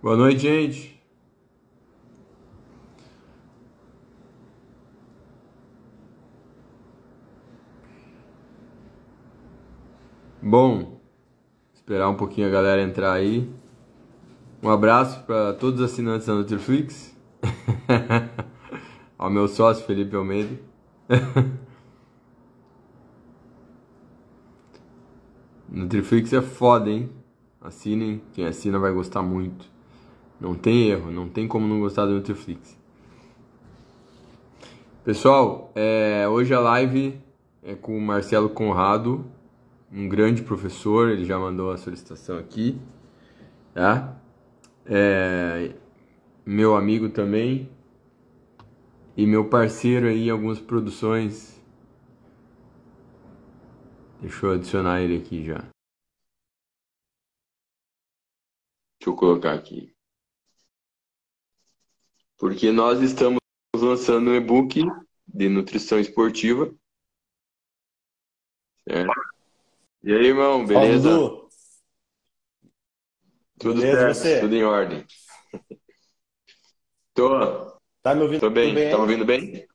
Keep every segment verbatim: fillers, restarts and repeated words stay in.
Boa noite, gente. Bom, esperar um pouquinho a galera entrar aí. Um abraço para todos os assinantes da Nutriflix. Ao meu sócio Felipe Almeida. Nutriflix é foda, hein? Assinem, quem assina vai gostar muito. Não tem erro, não tem como não gostar do Nutriflix. Pessoal, é, hoje a live é com o Marcelo Conrado, um grande professor, ele já mandou a solicitação aqui, tá? É, meu amigo também e meu parceiro aí em algumas produções. Deixa eu adicionar ele aqui já. Deixa eu colocar aqui. Porque nós estamos lançando um e-book de nutrição esportiva. Certo? E aí, irmão, Fala, beleza? Dudu. Tudo Beleza, e certo, tudo você? em ordem. Tô, Tá me ouvindo tô bem. bem Tá me aí? ouvindo bem?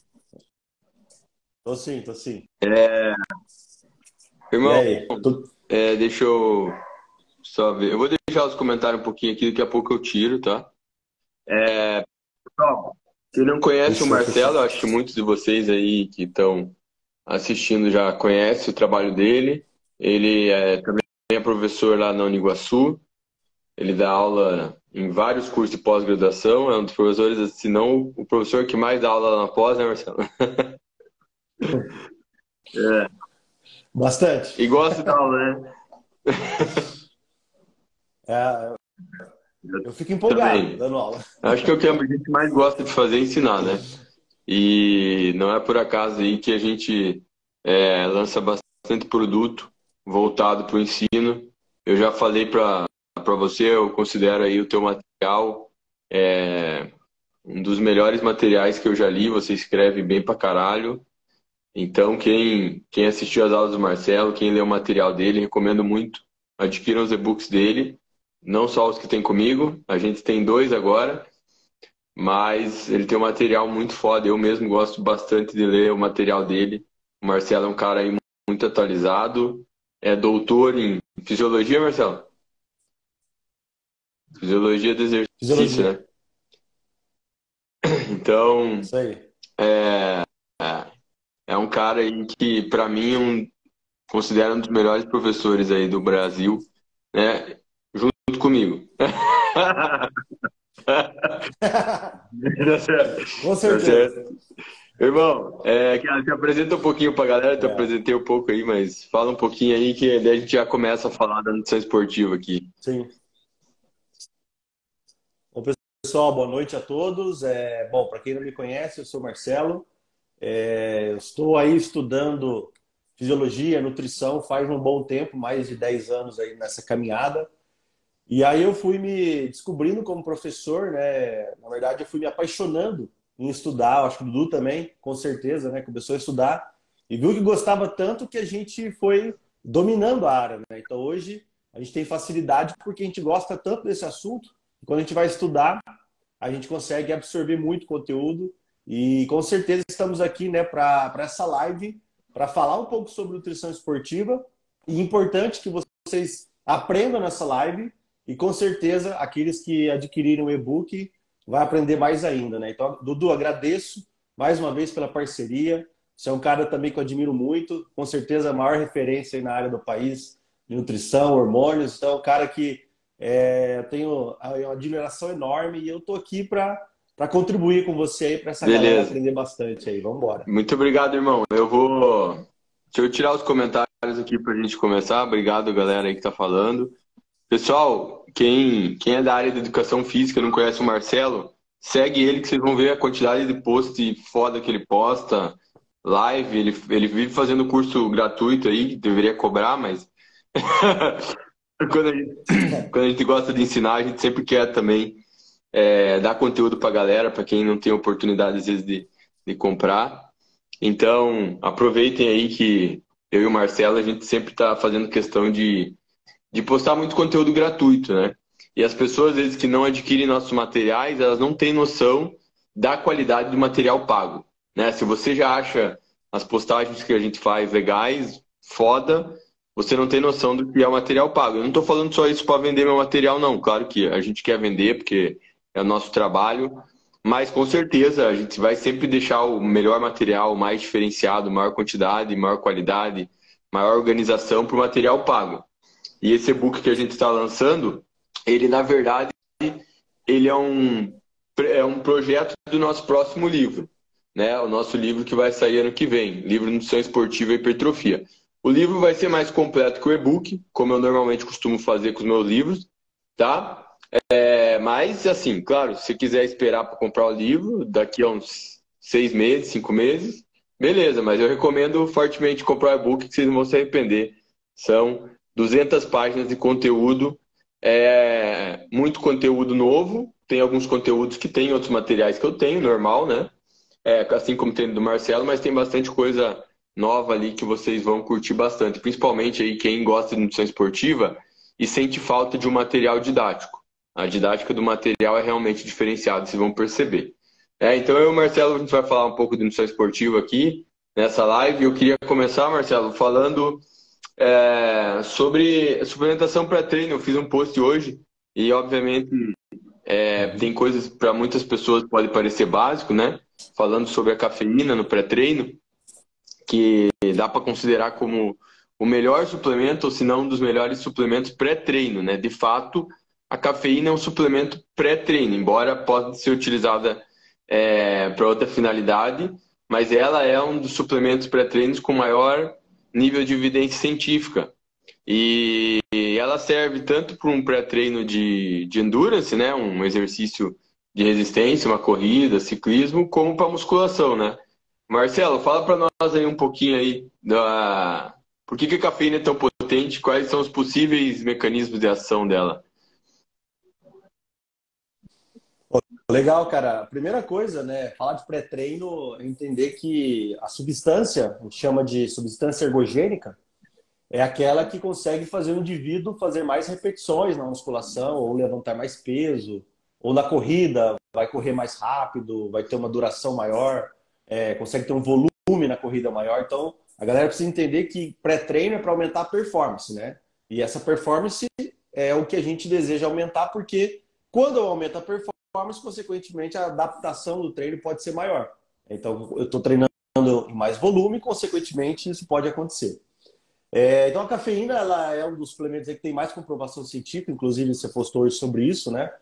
Tô sim, tô sim. É, E irmão, aí? Tu- é, deixa eu só ver. Eu vou deixar os comentários um pouquinho aqui, daqui a pouco eu tiro, tá? Pessoal, quem não conhece o Fechou, Marcelo, fechou. acho que muitos de vocês aí que estão assistindo já conhecem o trabalho dele. Ele é, também é professor lá na Uniguaçu. Ele dá aula em vários cursos de pós-graduação. É um dos professores, se não o professor que mais dá aula lá na pós, né, Marcelo? É. Bastante. E gosta de dar aula, né? É, Eu eu fico empolgado também. dando aula. Acho que é o que a gente mais gosta de fazer é ensinar, né? E não é por acaso aí que a gente é, lança bastante produto voltado para o ensino. Eu já falei para para você, eu considero aí o teu material é, um dos melhores materiais que eu já li. Você escreve bem pra caralho. Então, quem, quem assistiu às aulas do Marcelo, quem leu o material dele, recomendo muito. Adquiram os e-books dele, não só os que tem comigo, a gente tem dois agora. Mas ele tem um material muito foda. Eu mesmo gosto bastante de ler o material dele. O Marcelo é um cara aí muito atualizado. É doutor em fisiologia, Marcelo? Fisiologia do exercício, Fisiologia. né? Então, Isso aí. é, é um cara aí que, para mim, um, considero um dos melhores professores aí do Brasil, né? Junto comigo. Tá certo. Com Tá certeza. certo. Irmão, é, que- te apresenta um pouquinho pra galera, te É, apresentei um pouco aí, mas fala um pouquinho aí que daí a gente já começa a falar da nutrição esportiva aqui. sim. Bom, pessoal, boa noite a todos. É, bom, para quem não me conhece, eu sou Marcelo. É, eu estou aí estudando fisiologia, nutrição faz um bom tempo, mais de dez anos aí nessa caminhada. E aí eu fui me descobrindo como professor, né? Na verdade, eu fui me apaixonando em estudar. Eu acho que o Dudu também, com certeza, né? Começou a estudar e viu que gostava tanto que a gente foi dominando a área, né? Então hoje a gente tem facilidade porque a gente gosta tanto desse assunto. E quando a gente vai estudar, a gente consegue absorver muito conteúdo. E com certeza estamos aqui, né, para essa live, para falar um pouco sobre nutrição esportiva. E importante que vocês aprendam nessa live e com certeza aqueles que adquiriram o e-book vai aprender mais ainda, né? Então, Dudu, agradeço mais uma vez pela parceria. Você é um cara também que eu admiro muito, com certeza a maior referência aí na área do país de nutrição, hormônios. Então, é um cara que é, eu tenho uma admiração enorme e eu tô aqui para para contribuir com você aí para essa galera Beleza. aprender bastante aí. Vamos embora. Muito obrigado, irmão. Eu vou. Deixa eu tirar os comentários aqui pra gente começar. Obrigado, galera aí que tá falando. Pessoal, quem, quem é da área de educação física e não conhece o Marcelo, segue ele que vocês vão ver a quantidade de post foda que ele posta, live. Ele, ele vive fazendo curso gratuito aí, que deveria cobrar, mas. Quando a gente, quando a gente gosta de ensinar, a gente sempre quer também é, dar conteúdo para a galera, para quem não tem oportunidade às vezes de, de comprar. Então, aproveitem aí que eu e o Marcelo, a gente sempre está fazendo questão de, de postar muito conteúdo gratuito, né? E as pessoas, às vezes, que não adquirem nossos materiais, elas não têm noção da qualidade do material pago, né? Se você já acha as postagens que a gente faz legais, foda, você não tem noção do que é o material pago. Eu não estou falando só isso para vender meu material, não. Claro que a gente quer vender, porque é o nosso trabalho, mas com certeza a gente vai sempre deixar o melhor material, o mais diferenciado, maior quantidade, maior qualidade, maior organização para o material pago. E esse e-book que a gente está lançando, ele, na verdade, ele é um, é um projeto do nosso próximo livro, né? O nosso livro que vai sair ano que vem, livro Nutrição Esportiva e Hipertrofia. O livro vai ser mais completo que o e-book, como eu normalmente costumo fazer com os meus livros, tá? É, mas, assim, claro, se quiser esperar para comprar o livro, daqui a uns seis meses, cinco meses, beleza, mas eu recomendo fortemente comprar o e-book, que vocês não vão se arrepender. São duzentas páginas de conteúdo, é, muito conteúdo novo, tem alguns conteúdos que tem outros materiais que eu tenho, normal, né? É, assim como tem do Marcelo, mas tem bastante coisa nova ali que vocês vão curtir bastante, principalmente aí quem gosta de nutrição esportiva e sente falta de um material didático. A didática do material é realmente diferenciada, vocês vão perceber. É, então eu e o Marcelo, a gente vai falar um pouco de nutrição esportiva aqui nessa live. Eu queria começar, Marcelo, falando é, sobre suplementação pré-treino. Eu fiz um post hoje e, obviamente, é, tem coisas para muitas pessoas que pode parecer básico, né? Falando sobre a cafeína no pré-treino, que dá para considerar como o melhor suplemento, ou se não um dos melhores suplementos pré-treino, né? De fato, a cafeína é um suplemento pré-treino, embora possa ser utilizada é, para outra finalidade, mas ela é um dos suplementos pré-treinos com maior nível de evidência científica. E ela serve tanto para um pré-treino de, de endurance, né? Um exercício de resistência, uma corrida, ciclismo, como para musculação, né? Marcelo, fala para nós aí um pouquinho aí da por que que a cafeína é tão potente, quais são os possíveis mecanismos de ação dela. Legal, cara. A primeira coisa, né, falar de pré-treino é entender que a substância, a gente chama de substância ergogênica, é aquela que consegue fazer o indivíduo fazer mais repetições na musculação, ou levantar mais peso, ou na corrida, vai correr mais rápido, vai ter uma duração maior, é, consegue ter um volume na corrida maior. Então, a galera precisa entender que pré-treino é para aumentar a performance, né? E essa performance é o que a gente deseja aumentar, porque quando aumenta a performance, consequentemente, a adaptação do treino pode ser maior. Então, eu estou treinando em mais volume, consequentemente, isso pode acontecer. É, então, a cafeína ela é um dos suplementos que tem mais comprovação científica, inclusive você postou hoje sobre isso, né?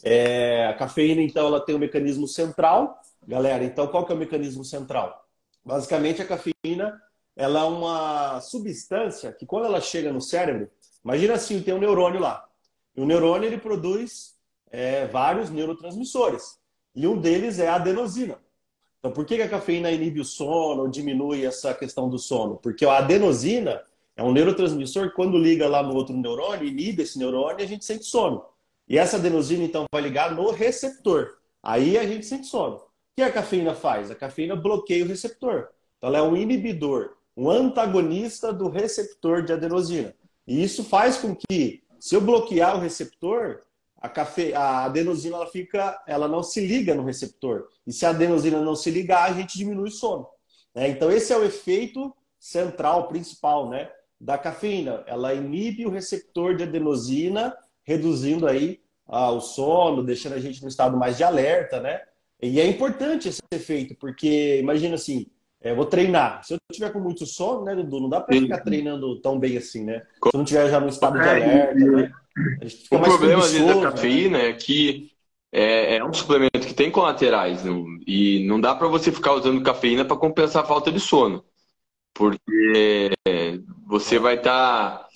É, a cafeína, então, ela tem um mecanismo central. Galera, então, qual que é o mecanismo central? Basicamente, a cafeína ela é uma substância que, quando ela chega no cérebro, imagina assim, tem um neurônio lá. E o neurônio, ele produz É, vários neurotransmissores. E um deles é a adenosina. Então, por que a cafeína inibe o sono ou diminui essa questão do sono? Porque a adenosina é um neurotransmissor que, quando liga lá no outro neurônio, inibe esse neurônio e a gente sente sono. E essa adenosina, então, vai ligar no receptor. Aí a gente sente sono. O que a cafeína faz? A cafeína bloqueia o receptor. Então, ela é um inibidor, um antagonista do receptor de adenosina. E isso faz com que, se eu bloquear o receptor, A, cafe... a adenosina ela fica, ela não se liga no receptor. E se a adenosina não se ligar, a gente diminui o sono. Né? Então, esse é o efeito central, principal, né, da cafeína. Ela inibe o receptor de adenosina, reduzindo aí ah, o sono, deixando a gente no estado mais de alerta, né? E é importante esse efeito, porque imagina assim, eu vou treinar. Se eu tiver com muito sono, né, Dudu, não dá para ficar treinando tão bem assim, né? Se eu não tiver já no estado de alerta, né? A gente fica O mais problema, às vezes, da preguiçoso, cafeína né? é que é, é um suplemento que tem colaterais, não- e não dá para você ficar usando cafeína para compensar a falta de sono, porque você vai estar.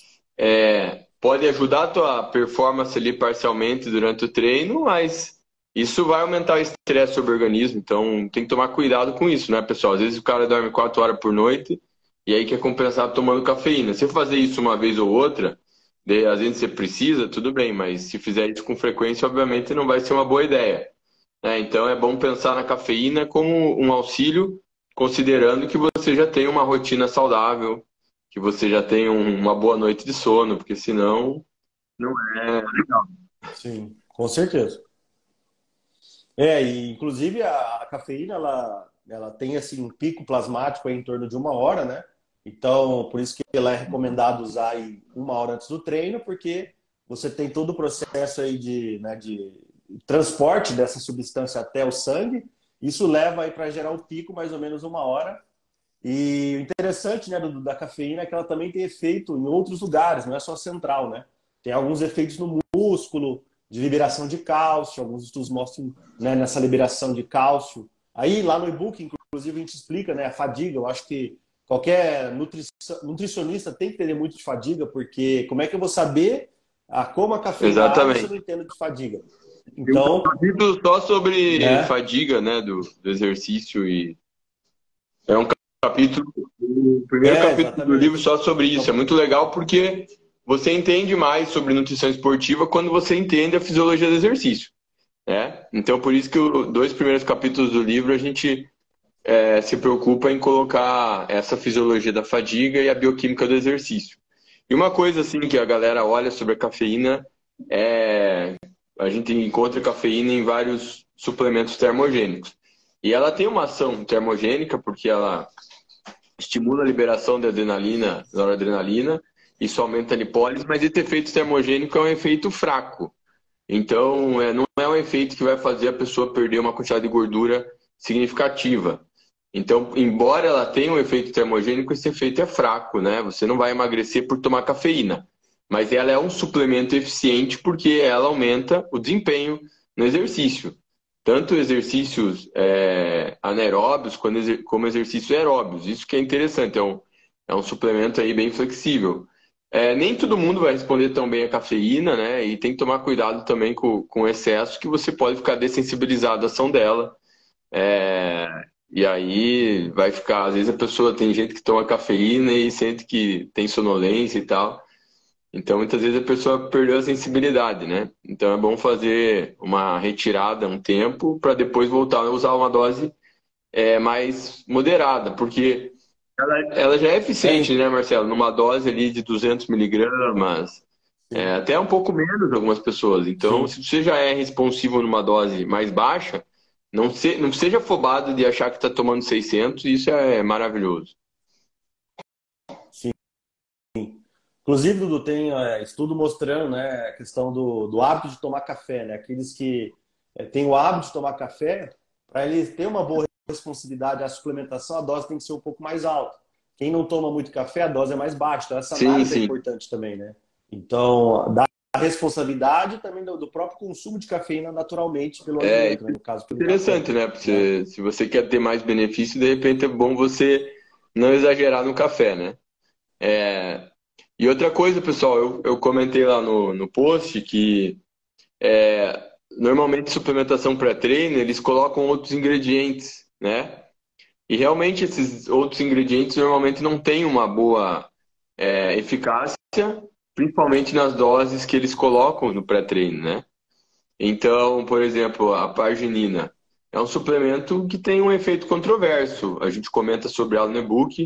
Pode ajudar a tua performance ali parcialmente durante o treino, mas isso vai aumentar o estresse sobre o organismo, então tem que tomar cuidado com isso, né, pessoal? Às vezes o cara dorme quatro horas por noite e aí quer compensar tomando cafeína. Se fazer isso uma vez ou outra, de- às vezes você precisa, tudo bem, mas se fizer isso com frequência, obviamente não vai ser uma boa ideia, né? Então é bom pensar na cafeína como um auxílio, considerando que você já tem uma rotina saudável, que você já tem um- uma boa noite de sono, porque senão não é legal. Sim, com certeza. É, e inclusive a, a cafeína ela, ela tem assim um pico plasmático aí em torno de uma hora, né? Então, por isso que ela é recomendado usar aí uma hora antes do treino, porque você tem todo o processo aí de, né, de transporte dessa substância até o sangue. Isso leva aí para gerar o pico mais ou menos uma hora. E o interessante, né, do- da cafeína é que ela também tem efeito em outros lugares, não é só central, né? Tem alguns efeitos no músculo, de liberação de cálcio, alguns estudos mostram, né, nessa liberação de cálcio. Aí, lá no e-book, inclusive, a gente explica, né, a fadiga. Eu acho que qualquer nutri- nutricionista tem que entender muito de fadiga, porque como é que eu vou saber a, como a cafeína age se eu não Exatamente. entendo de fadiga? Tem um Então, capítulo só sobre né? fadiga, né, do, do exercício e é um capítulo, o primeiro É, capítulo do livro exatamente. só sobre isso. É Então, muito legal porque você entende mais sobre nutrição esportiva quando você entende a fisiologia do exercício, né? Então, por isso que os dois primeiros capítulos do livro a gente é, se preocupa em colocar essa fisiologia da fadiga e a bioquímica do exercício. E uma coisa assim que a galera olha sobre a cafeína é a gente encontra cafeína em vários suplementos termogênicos. E ela tem uma ação termogênica porque ela estimula a liberação de adrenalina, noradrenalina, isso aumenta a lipólise, mas esse efeito termogênico é um efeito fraco. Então, é, não é um efeito que vai fazer a pessoa perder uma quantidade de gordura significativa. Então, embora ela tenha um efeito termogênico, esse efeito é fraco, né? Você não vai emagrecer por tomar cafeína, mas ela é um suplemento eficiente porque ela aumenta o desempenho no exercício. Tanto exercícios é, anaeróbios como exercícios aeróbios. Isso que é interessante, é um, é um suplemento aí bem flexível. É, nem todo mundo vai responder tão bem a cafeína, né? E tem que tomar cuidado também com, com o excesso, que você pode ficar dessensibilizado à ação dela. É, e aí vai ficar, às vezes a pessoa tem gente que toma cafeína e sente que tem sonolência e tal. Então muitas vezes a pessoa perdeu a sensibilidade, né? Então é bom fazer uma retirada um tempo para depois voltar a usar uma dose é, mais moderada, porque ela, ela já é eficiente, é, né, Marcelo? Numa dose ali de duzentos miligramas, é, sim, até um pouco menos algumas pessoas. Então, sim, se você já é responsivo numa dose mais baixa, não, se, não seja afobado de achar que está tomando seiscentos, isso é maravilhoso. sim. Inclusive, Dudu, tem é, estudo mostrando, né, a questão do, do hábito de tomar café, né? Aqueles que é, têm o hábito de tomar café, para eles terem uma boa responsividade à suplementação, a dose tem que ser um pouco mais alta. Quem não toma muito café, a dose é mais baixa. Então, essa Sim, análise é sim. importante também, né? Então, dá a responsabilidade também do, do próprio consumo de cafeína naturalmente pelo É alimento, né? No caso, pelo café, interessante, né? né? Você, se você quer ter mais benefício, de repente é bom você não exagerar no café, né? É, e outra coisa, pessoal, eu, eu comentei lá no, no post que é, normalmente suplementação pré-treino eles colocam outros ingredientes, né? E realmente esses outros ingredientes normalmente não têm uma boa é, eficácia, principalmente nas doses que eles colocam no pré-treino, né? Então, por exemplo, a arginina é um suplemento que tem um efeito controverso. A gente comenta sobre ela no e-book.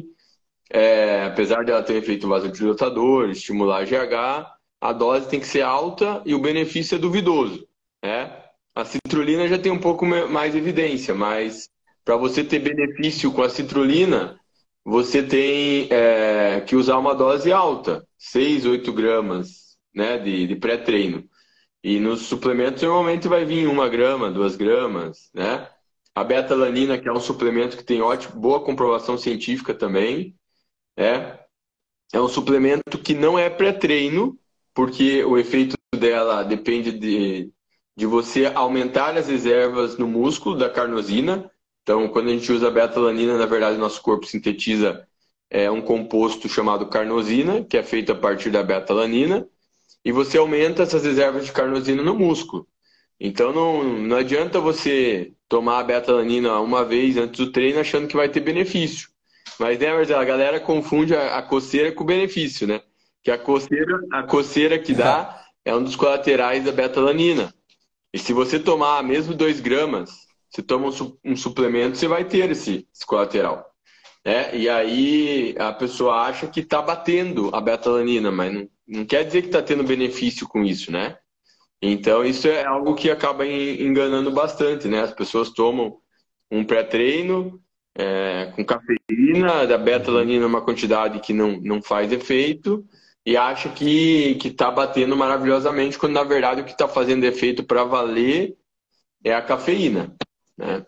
É, apesar dela ter um efeito vasodilatador, estimular G H, a dose tem que ser alta e o benefício é duvidoso, né? A citrulina já tem um pouco mais evidência, mas para você ter benefício com a citrulina, você tem é, que usar uma dose alta, seis, oito gramas, né, de, de pré-treino. E nos suplementos normalmente vai vir uma grama, duas gramas, né? A beta-alanina, que é um suplemento que tem ótima, boa comprovação científica também, é, é um suplemento que não é pré-treino, porque o efeito dela depende de, de você aumentar as reservas no músculo da carnosina. Então, quando a gente usa beta-alanina, na verdade, nosso corpo sintetiza é, um composto chamado carnosina, que é feito a partir da beta-alanina, e você aumenta essas reservas de carnosina no músculo. Então, não, não adianta você tomar a beta-alanina uma vez antes do treino achando que vai ter benefício. Mas, né, Marcelo, a galera confunde a, a coceira com o benefício, né? Que a coceira, a coceira que dá é um dos colaterais da beta-alanina. E se você tomar mesmo dois gramas, você toma um, su- um suplemento, você vai ter esse, esse colateral. Né? E aí a pessoa acha que está batendo a beta-alanina, mas não, não quer dizer que está tendo benefício com isso, né? Então, isso é algo que acaba en- enganando bastante, né? As pessoas tomam um pré-treino é, com cafeína, da Uhum. beta-alanina uma quantidade que não, não faz efeito e acha que que está batendo maravilhosamente, quando na verdade o que está fazendo efeito para valer é a cafeína, né?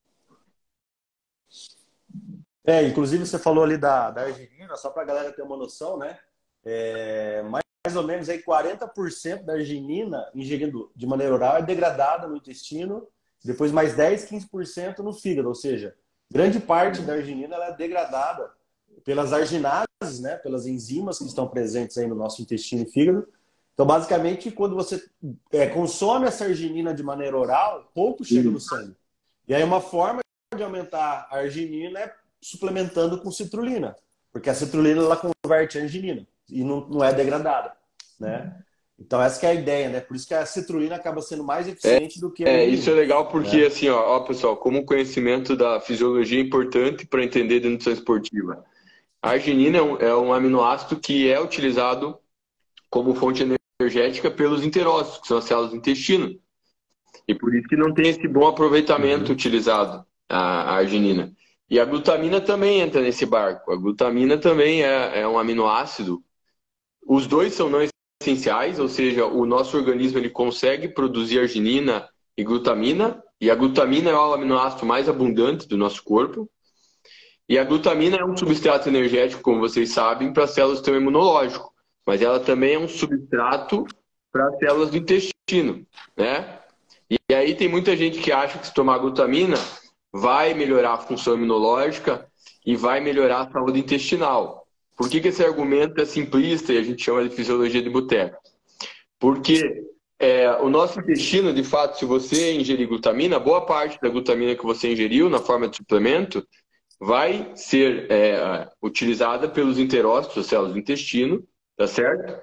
É, inclusive você falou ali da, da arginina, só para a galera ter uma noção, né? É, mais, mais ou menos aí quarenta por cento da arginina ingerido de maneira oral é degradada no intestino, depois mais dez, quinze por cento no fígado, ou seja, grande parte da arginina ela é degradada pelas arginases, né? Pelas enzimas que estão presentes aí no nosso intestino e fígado. Então, basicamente, quando você é, consome essa arginina de maneira oral, pouco chega no sangue. E aí uma forma de aumentar a arginina é suplementando com citrulina, porque a citrulina ela converte a arginina e não, não é degradada, né? Então essa que é a ideia, né? Por isso que a citrulina acaba sendo mais eficiente do que a É, isso é arginina, legal porque, né? assim, ó, ó, pessoal, como o conhecimento da fisiologia é importante para entender de nutrição esportiva. A arginina é um, é um aminoácido que é utilizado como fonte energética pelos enterócitos, que são as células do intestino. E por isso que não tem esse bom aproveitamento Uhum. utilizado, a, a arginina. E a glutamina também entra nesse barco. A glutamina também é, é um aminoácido. Os dois são não essenciais, ou seja, o nosso organismo ele consegue produzir arginina e glutamina, e a glutamina é o aminoácido mais abundante do nosso corpo. E a glutamina é um substrato energético, como vocês sabem, para as células do sistema imunológico, mas ela também é um substrato para as células do intestino, né? E aí tem muita gente que acha que se tomar glutamina vai melhorar a função imunológica e vai melhorar a saúde intestinal. Por que que esse argumento é simplista e a gente chama de fisiologia de boteco? Porque é, o nosso intestino, de fato, se você ingerir glutamina, boa parte da glutamina que você ingeriu na forma de suplemento vai ser é, utilizada pelos enterócitos, as células do intestino, tá certo?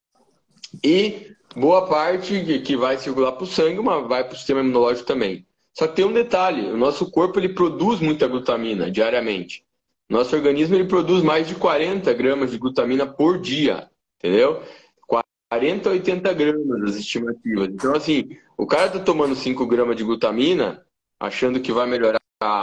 E boa parte que, que vai circular para o sangue, uma vai para o sistema imunológico também. Só que tem um detalhe, o nosso corpo ele produz muita glutamina diariamente. Nosso organismo ele produz mais de quarenta gramas de glutamina por dia, entendeu? quarenta a oitenta gramas as estimativas. Então, assim, o cara tá tomando cinco gramas de glutamina, achando que vai melhorar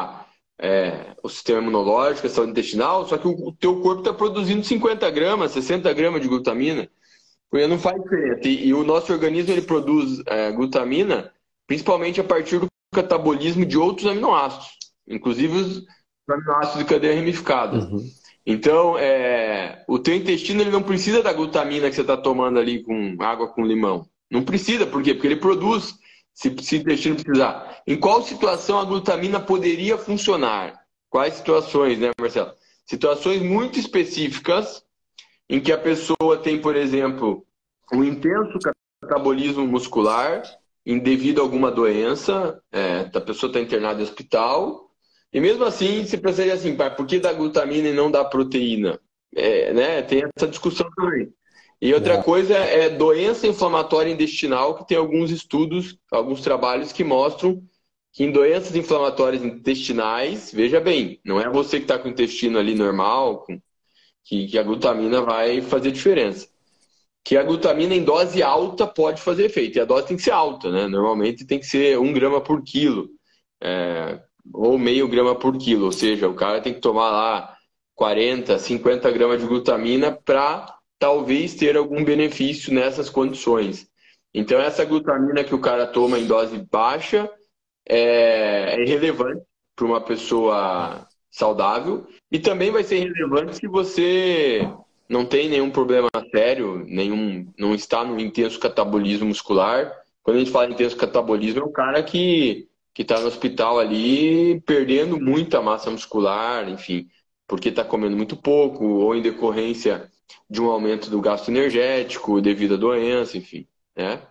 é, o sistema imunológico, a saúde intestinal, só que o, o teu corpo está produzindo cinquenta gramas, sessenta gramas de glutamina. Porque não faz diferença. E, e o nosso organismo ele produz é, glutamina principalmente a partir do catabolismo de outros aminoácidos, inclusive os aminoácidos de cadeia ramificada. Uhum. Então, é, o teu intestino ele não precisa da glutamina que você está tomando ali com água com limão. Não precisa, por quê? Porque ele produz, se, se o intestino precisar. Em qual situação a glutamina poderia funcionar? Quais situações, né, Marcelo? Situações muito específicas em que a pessoa tem, por exemplo, um intenso catabolismo muscular em devido a alguma doença, é, a pessoa está internada em hospital, e mesmo assim você pensaria assim, pai, por que dá glutamina e não dá proteína? É, né, tem essa discussão também. E outra É. coisa é doença inflamatória intestinal, que tem alguns estudos, alguns trabalhos que mostram que em doenças inflamatórias intestinais, veja bem, não é você que está com o intestino ali normal, com que, que a glutamina vai fazer diferença. Que a glutamina em dose alta pode fazer efeito. E a dose tem que ser alta, né? Normalmente tem que ser um grama por quilo. É, ou meio grama por quilo. Ou seja, o cara tem que tomar lá quarenta, cinquenta gramas de glutamina para talvez ter algum benefício nessas condições. Então, essa glutamina que o cara toma em dose baixa é, é irrelevante para uma pessoa saudável e também vai ser relevante se você não tem nenhum problema sério, nenhum, não está no intenso catabolismo muscular. Quando a gente fala em intenso catabolismo, é um cara que que está no hospital ali perdendo muita massa muscular, enfim, porque está comendo muito pouco ou em decorrência de um aumento do gasto energético devido à doença, enfim, né?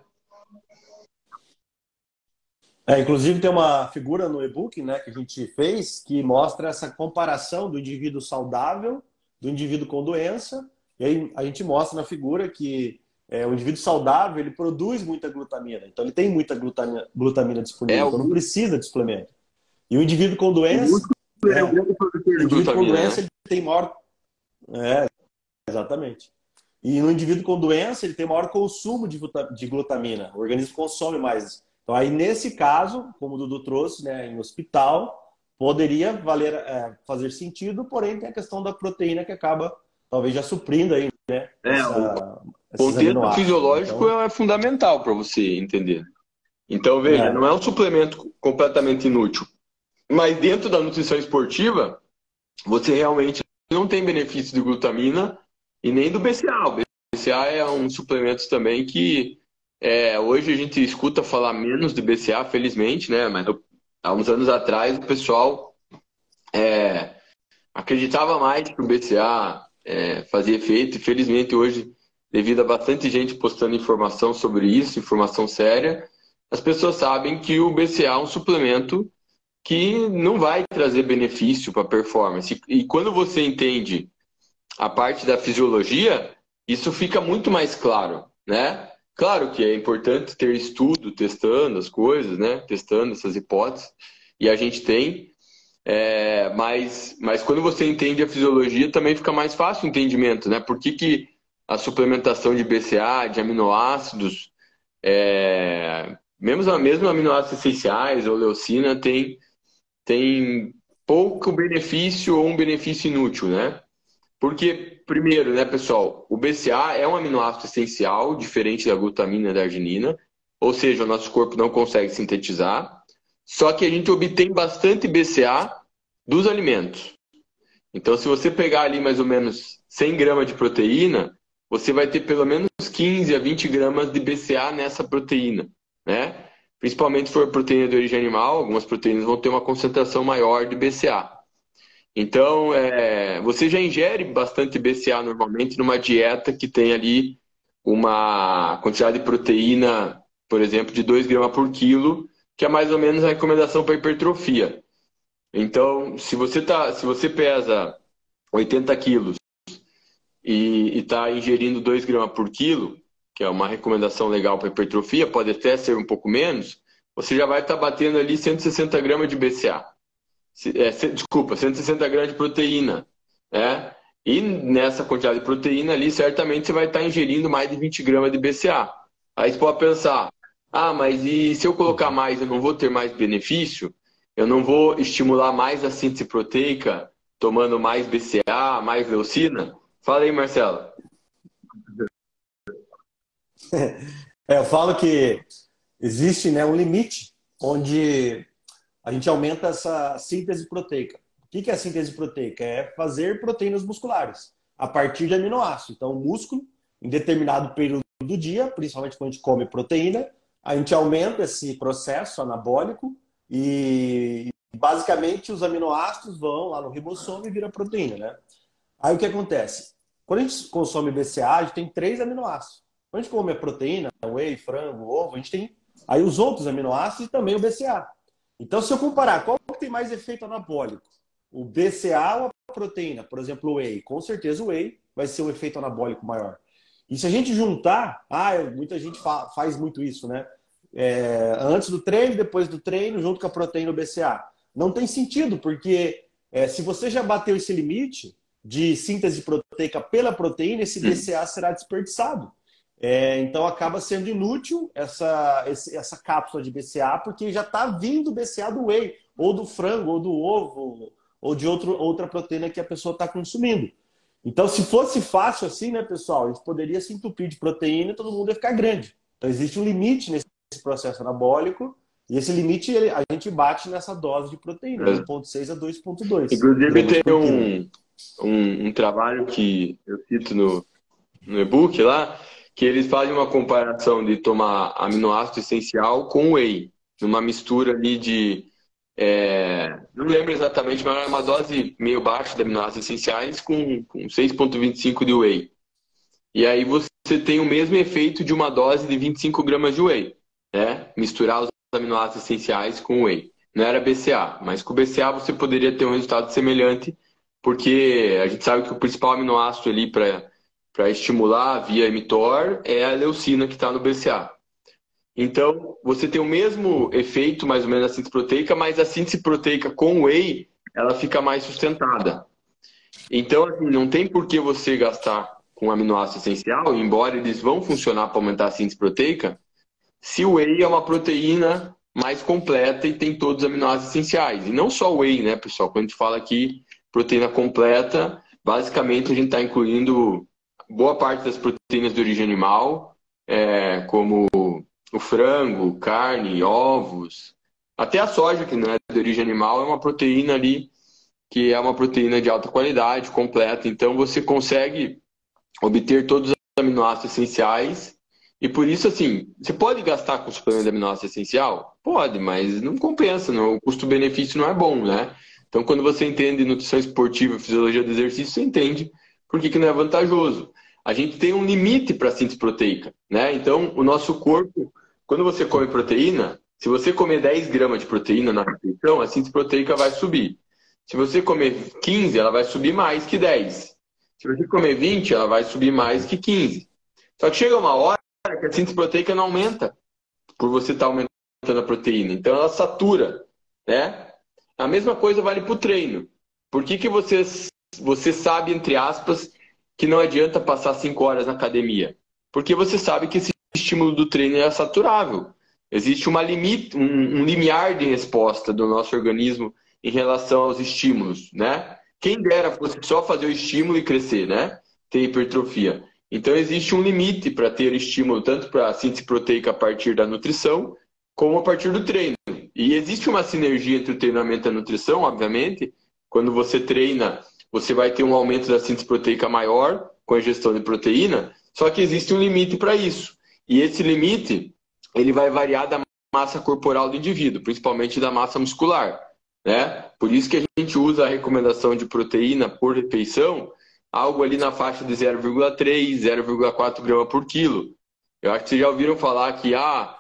É, inclusive tem uma figura no e-book, né, que a gente fez que mostra essa comparação do indivíduo saudável do indivíduo com doença. E aí a gente mostra na figura que é, o indivíduo saudável ele produz muita glutamina, então ele tem muita glutamina, glutamina É, disponível, o então não precisa de suplemento. E o indivíduo com doença, músculo é o é, grande produtor o de indivíduo com glutamina, doença né? ele tem maior, é, exatamente. E no indivíduo com doença, ele tem maior consumo de gluta- de glutamina. O organismo consome mais. Então, aí, nesse caso, como o Dudu trouxe, né, em hospital, poderia valer, é, fazer sentido, porém tem a questão da proteína que acaba, talvez, já suprindo aí, né, É, o essa, esses contexto aminoácidos, né? fisiológico Então, é fundamental para você entender. Então, veja, não é, é um suplemento completamente inútil. Mas dentro da nutrição esportiva, você realmente não tem benefício de glutamina e nem do B C A. O B C A é um suplemento também que é, hoje a gente escuta falar menos de B C A, felizmente, né? Mas eu- há uns anos atrás o pessoal é, acreditava mais que o B C A é, fazia efeito e felizmente hoje, devido a bastante gente postando informação sobre isso, informação séria, as pessoas sabem que o B C A é um suplemento que não vai trazer benefício para a performance. E quando você entende a parte da fisiologia, isso fica muito mais claro, né? Claro que é importante ter estudo testando as coisas, né? Testando essas hipóteses, e a gente tem, é, mas, mas quando você entende a fisiologia, também fica mais fácil o entendimento, né? Por que, que a suplementação de B C A, de aminoácidos, é, mesmo, mesmo aminoácidos essenciais ou leucina, tem tem pouco benefício ou um benefício inútil, né? Porque, primeiro, né, pessoal, o B C A é um aminoácido essencial, diferente da glutamina e da arginina, ou seja, o nosso corpo não consegue sintetizar, só que a gente obtém bastante B C A dos alimentos. Então, se você pegar ali mais ou menos cem gramas de proteína, você vai ter pelo menos quinze a vinte gramas de B C A nessa proteína, né? Principalmente se for proteína de origem animal, algumas proteínas vão ter uma concentração maior de B C A. Então, é, você já ingere bastante B C A normalmente numa dieta que tem ali uma quantidade de proteína, por exemplo, de dois gramas por quilo, que é mais ou menos a recomendação para hipertrofia. Então, se você tá, se você pesa oitenta quilos e está ingerindo dois gramas por quilo, que é uma recomendação legal para hipertrofia, pode até ser um pouco menos, você já vai estar tá batendo ali cento e sessenta gramas de B C A. É, desculpa, cento e sessenta gramas de proteína, né? E nessa quantidade de proteína ali, certamente você vai estar ingerindo mais de vinte gramas de B C A. Aí você pode pensar, ah, mas e se eu colocar mais, eu não vou ter mais benefício? Eu não vou estimular mais a síntese proteica, tomando mais B C A, mais leucina? Fala aí, Marcelo. é, eu falo que existe, né, um limite onde a gente aumenta essa síntese proteica. O que é a síntese proteica? É fazer proteínas musculares a partir de aminoácidos. Então, o músculo, em determinado período do dia, principalmente quando a gente come proteína, a gente aumenta esse processo anabólico e, basicamente, os aminoácidos vão lá no ribossomo e vira proteína, né? Aí o que acontece? Quando a gente consome B C A, a gente tem três aminoácidos. Quando a gente come a proteína, whey, frango, ovo, a gente tem aí os outros aminoácidos e também o B C A. Então, se eu comparar, qual que tem mais efeito anabólico? O B C A ou a proteína? Por exemplo, o whey. Com certeza o whey vai ser um efeito anabólico maior. E se a gente juntar, ah, muita gente fa faz muito isso, né? É, antes do treino, depois do treino, junto com a proteína e o B C A. Não tem sentido, porque é, se você já bateu esse limite de síntese proteica pela proteína, esse B C A será desperdiçado. É, então acaba sendo inútil essa, essa cápsula de B C A, porque já está vindo B C A do whey, ou do frango, ou do ovo, ou de outro, outra proteína que a pessoa está consumindo. Então, se fosse fácil assim, né, pessoal, a gente poderia se entupir de proteína e todo mundo ia ficar grande. Então, existe um limite nesse processo anabólico, e esse limite ele, a gente bate nessa dose de proteína, de um vírgula seis a dois vírgula dois Inclusive, gramas tem por quilo. um, um, um trabalho que eu cito no, no e-book lá, que eles fazem uma comparação de tomar aminoácido essencial com whey, numa mistura ali de, é, não lembro exatamente, mas era uma dose meio baixa de aminoácidos essenciais com, com seis vírgula vinte e cinco de whey. E aí você tem o mesmo efeito de uma dose de vinte e cinco gramas de whey, né? Misturar os aminoácidos essenciais com whey. Não era B C A, mas com o B C A você poderia ter um resultado semelhante, porque a gente sabe que o principal aminoácido ali para para estimular via mTOR é a leucina que está no B C A. Então, você tem o mesmo efeito, mais ou menos, na síntese proteica, mas a síntese proteica com whey, ela fica mais sustentada. Então, assim, não tem por que você gastar com aminoácido essencial, embora eles vão funcionar para aumentar a síntese proteica, se o whey é uma proteína mais completa e tem todos os aminoácidos essenciais. E não só o whey, né, pessoal? Quando a gente fala aqui proteína completa, basicamente a gente está incluindo boa parte das proteínas de origem animal, é, como o frango, carne, ovos, até a soja, que não é de origem animal, é uma proteína ali que é uma proteína de alta qualidade, completa. Então você consegue obter todos os aminoácidos essenciais. E por isso, assim, você pode gastar com suplemento de aminoácido essencial? Pode, mas não compensa, não. O custo-benefício não é bom, né? Então, quando você entende nutrição esportiva e fisiologia do exercício, você entende por que, que não é vantajoso. A gente tem um limite para a síntese proteica, né? Então, o nosso corpo, quando você come proteína, se você comer dez gramas de proteína na refeição, a síntese proteica vai subir. Se você comer quinze, ela vai subir mais que dez. Se você comer vinte, ela vai subir mais que quinze. Só que chega uma hora que a síntese proteica não aumenta por você estar aumentando a proteína. Então ela satura, né? A mesma coisa vale para o treino. Por que, que você, você sabe, entre aspas, que não adianta passar cinco horas na academia? Porque você sabe que esse estímulo do treino é saturável. Existe uma limite, um, um limiar de resposta do nosso organismo em relação aos estímulos, né? Quem dera fosse só fazer o estímulo e crescer, né? Ter hipertrofia. Então existe um limite para ter estímulo tanto para a síntese proteica a partir da nutrição, como a partir do treino. E existe uma sinergia entre o treinamento e a nutrição, obviamente. Quando você treina, você vai ter um aumento da síntese proteica maior com a ingestão de proteína, só que existe um limite para isso. E esse limite, ele vai variar da massa corporal do indivíduo, principalmente da massa muscular, né? Por isso que a gente usa a recomendação de proteína por refeição, algo ali na faixa de zero vírgula três, zero vírgula quatro gramas por quilo. Eu acho que vocês já ouviram falar que ah,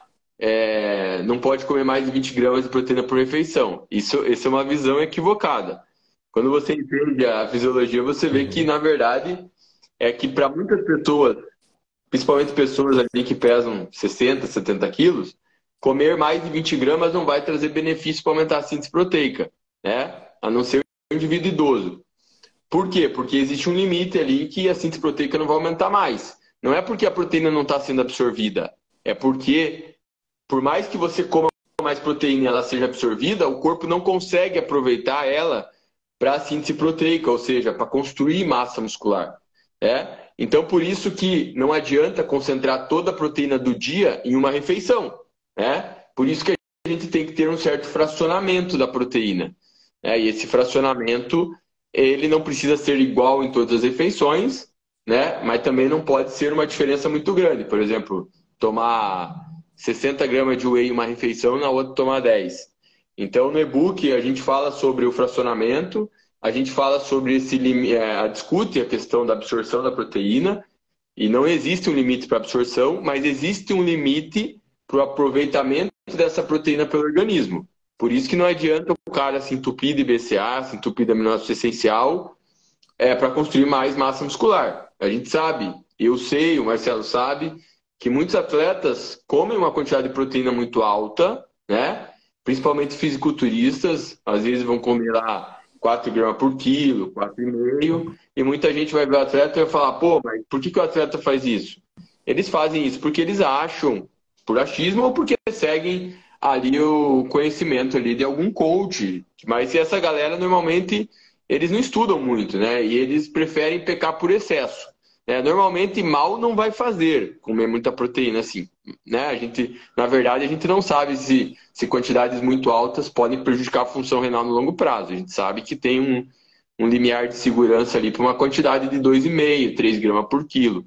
é, não pode comer mais de vinte gramas de proteína por refeição. Isso, isso é uma visão equivocada. Quando você entende a fisiologia, você vê que, na verdade, é que para muitas pessoas, principalmente pessoas ali que pesam sessenta, setenta quilos, comer mais de vinte gramas não vai trazer benefício para aumentar a síntese proteica, né? A não ser um indivíduo idoso. Por quê? Porque existe um limite ali que a síntese proteica não vai aumentar mais. Não é porque a proteína não está sendo absorvida, é porque, por mais que você coma mais proteína e ela seja absorvida, o corpo não consegue aproveitar ela para a síntese proteica, ou seja, para construir massa muscular. É? Então, por isso que não adianta concentrar toda a proteína do dia em uma refeição. Né? Por isso que a gente tem que ter um certo fracionamento da proteína. Né? E esse fracionamento, ele não precisa ser igual em todas as refeições, né? Mas também não pode ser uma diferença muito grande. Por exemplo, tomar sessenta gramas de whey em uma refeição, na outra tomar dez. Então, no e-book, a gente fala sobre o fracionamento, a gente fala sobre esse é, discute a questão da absorção da proteína, e não existe um limite para absorção, mas existe um limite para o aproveitamento dessa proteína pelo organismo. Por isso que não adianta o cara se entupir de B C A, se entupir de aminoácido essencial, é, para construir mais massa muscular. A gente sabe, eu sei, o Marcelo sabe, que muitos atletas comem uma quantidade de proteína muito alta, né? Principalmente fisiculturistas, às vezes vão comer lá quatro gramas por quilo, quatro vírgula cinco, e muita gente vai ver o atleta e vai falar, pô, mas por que, que o atleta faz isso? Eles fazem isso porque eles acham, por achismo, ou porque seguem ali o conhecimento ali de algum coach. Mas essa galera, normalmente, eles não estudam muito, né? E eles preferem pecar por excesso. É, normalmente, mal não vai fazer comer muita proteína assim. Né? A gente, na verdade, a gente não sabe se, se quantidades muito altas podem prejudicar a função renal no longo prazo. A gente sabe que tem um, um limiar de segurança ali para uma quantidade de dois vírgula cinco, três gramas por quilo.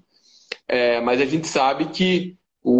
É, mas a gente sabe que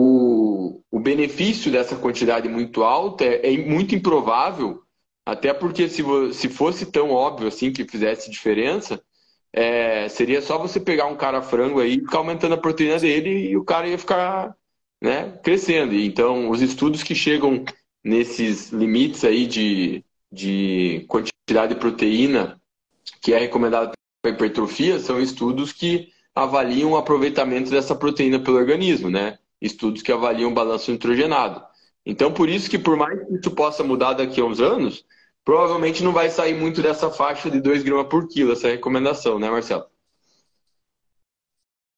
o, o benefício dessa quantidade muito alta é, é muito improvável, até porque se, se fosse tão óbvio assim que fizesse diferença, É, seria só você pegar um cara frango aí e ficar aumentando a proteína dele e o cara ia ficar, né, crescendo. Então, os estudos que chegam nesses limites aí de, de quantidade de proteína que é recomendado para hipertrofia são estudos que avaliam o aproveitamento dessa proteína pelo organismo, né? Estudos que avaliam o balanço nitrogenado. Então, por isso que por mais que isso possa mudar daqui a uns anos, provavelmente não vai sair muito dessa faixa de dois gramas por quilo, essa recomendação, né, Marcelo?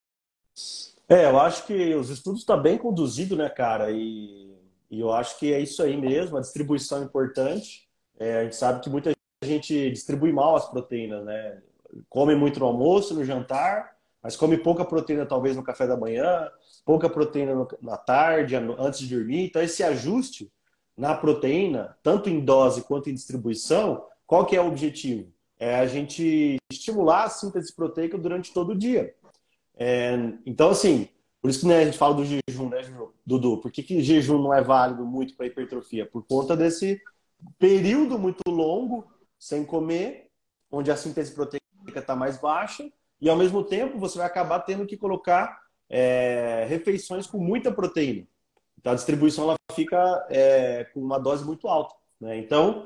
É, eu acho que os estudos estão bem conduzidos, né, cara? E, e eu acho que é isso aí mesmo, a distribuição é importante. É, a gente sabe que muita gente distribui mal as proteínas, né? Come muito no almoço, no jantar, mas come pouca proteína talvez no café da manhã, pouca proteína no- na tarde, no- antes de dormir. Então, esse ajuste na proteína, tanto em dose quanto em distribuição, qual que é o objetivo? É a gente estimular a síntese proteica durante todo o dia. É, então, assim, por isso que né, a gente fala do jejum, né, Dudu? Por que, que jejum não é válido muito para hipertrofia? Por conta desse período muito longo sem comer, onde a síntese proteica está mais baixa, e ao mesmo tempo você vai acabar tendo que colocar é, refeições com muita proteína. Então a distribuição ela fica é, com uma dose muito alta. Né? Então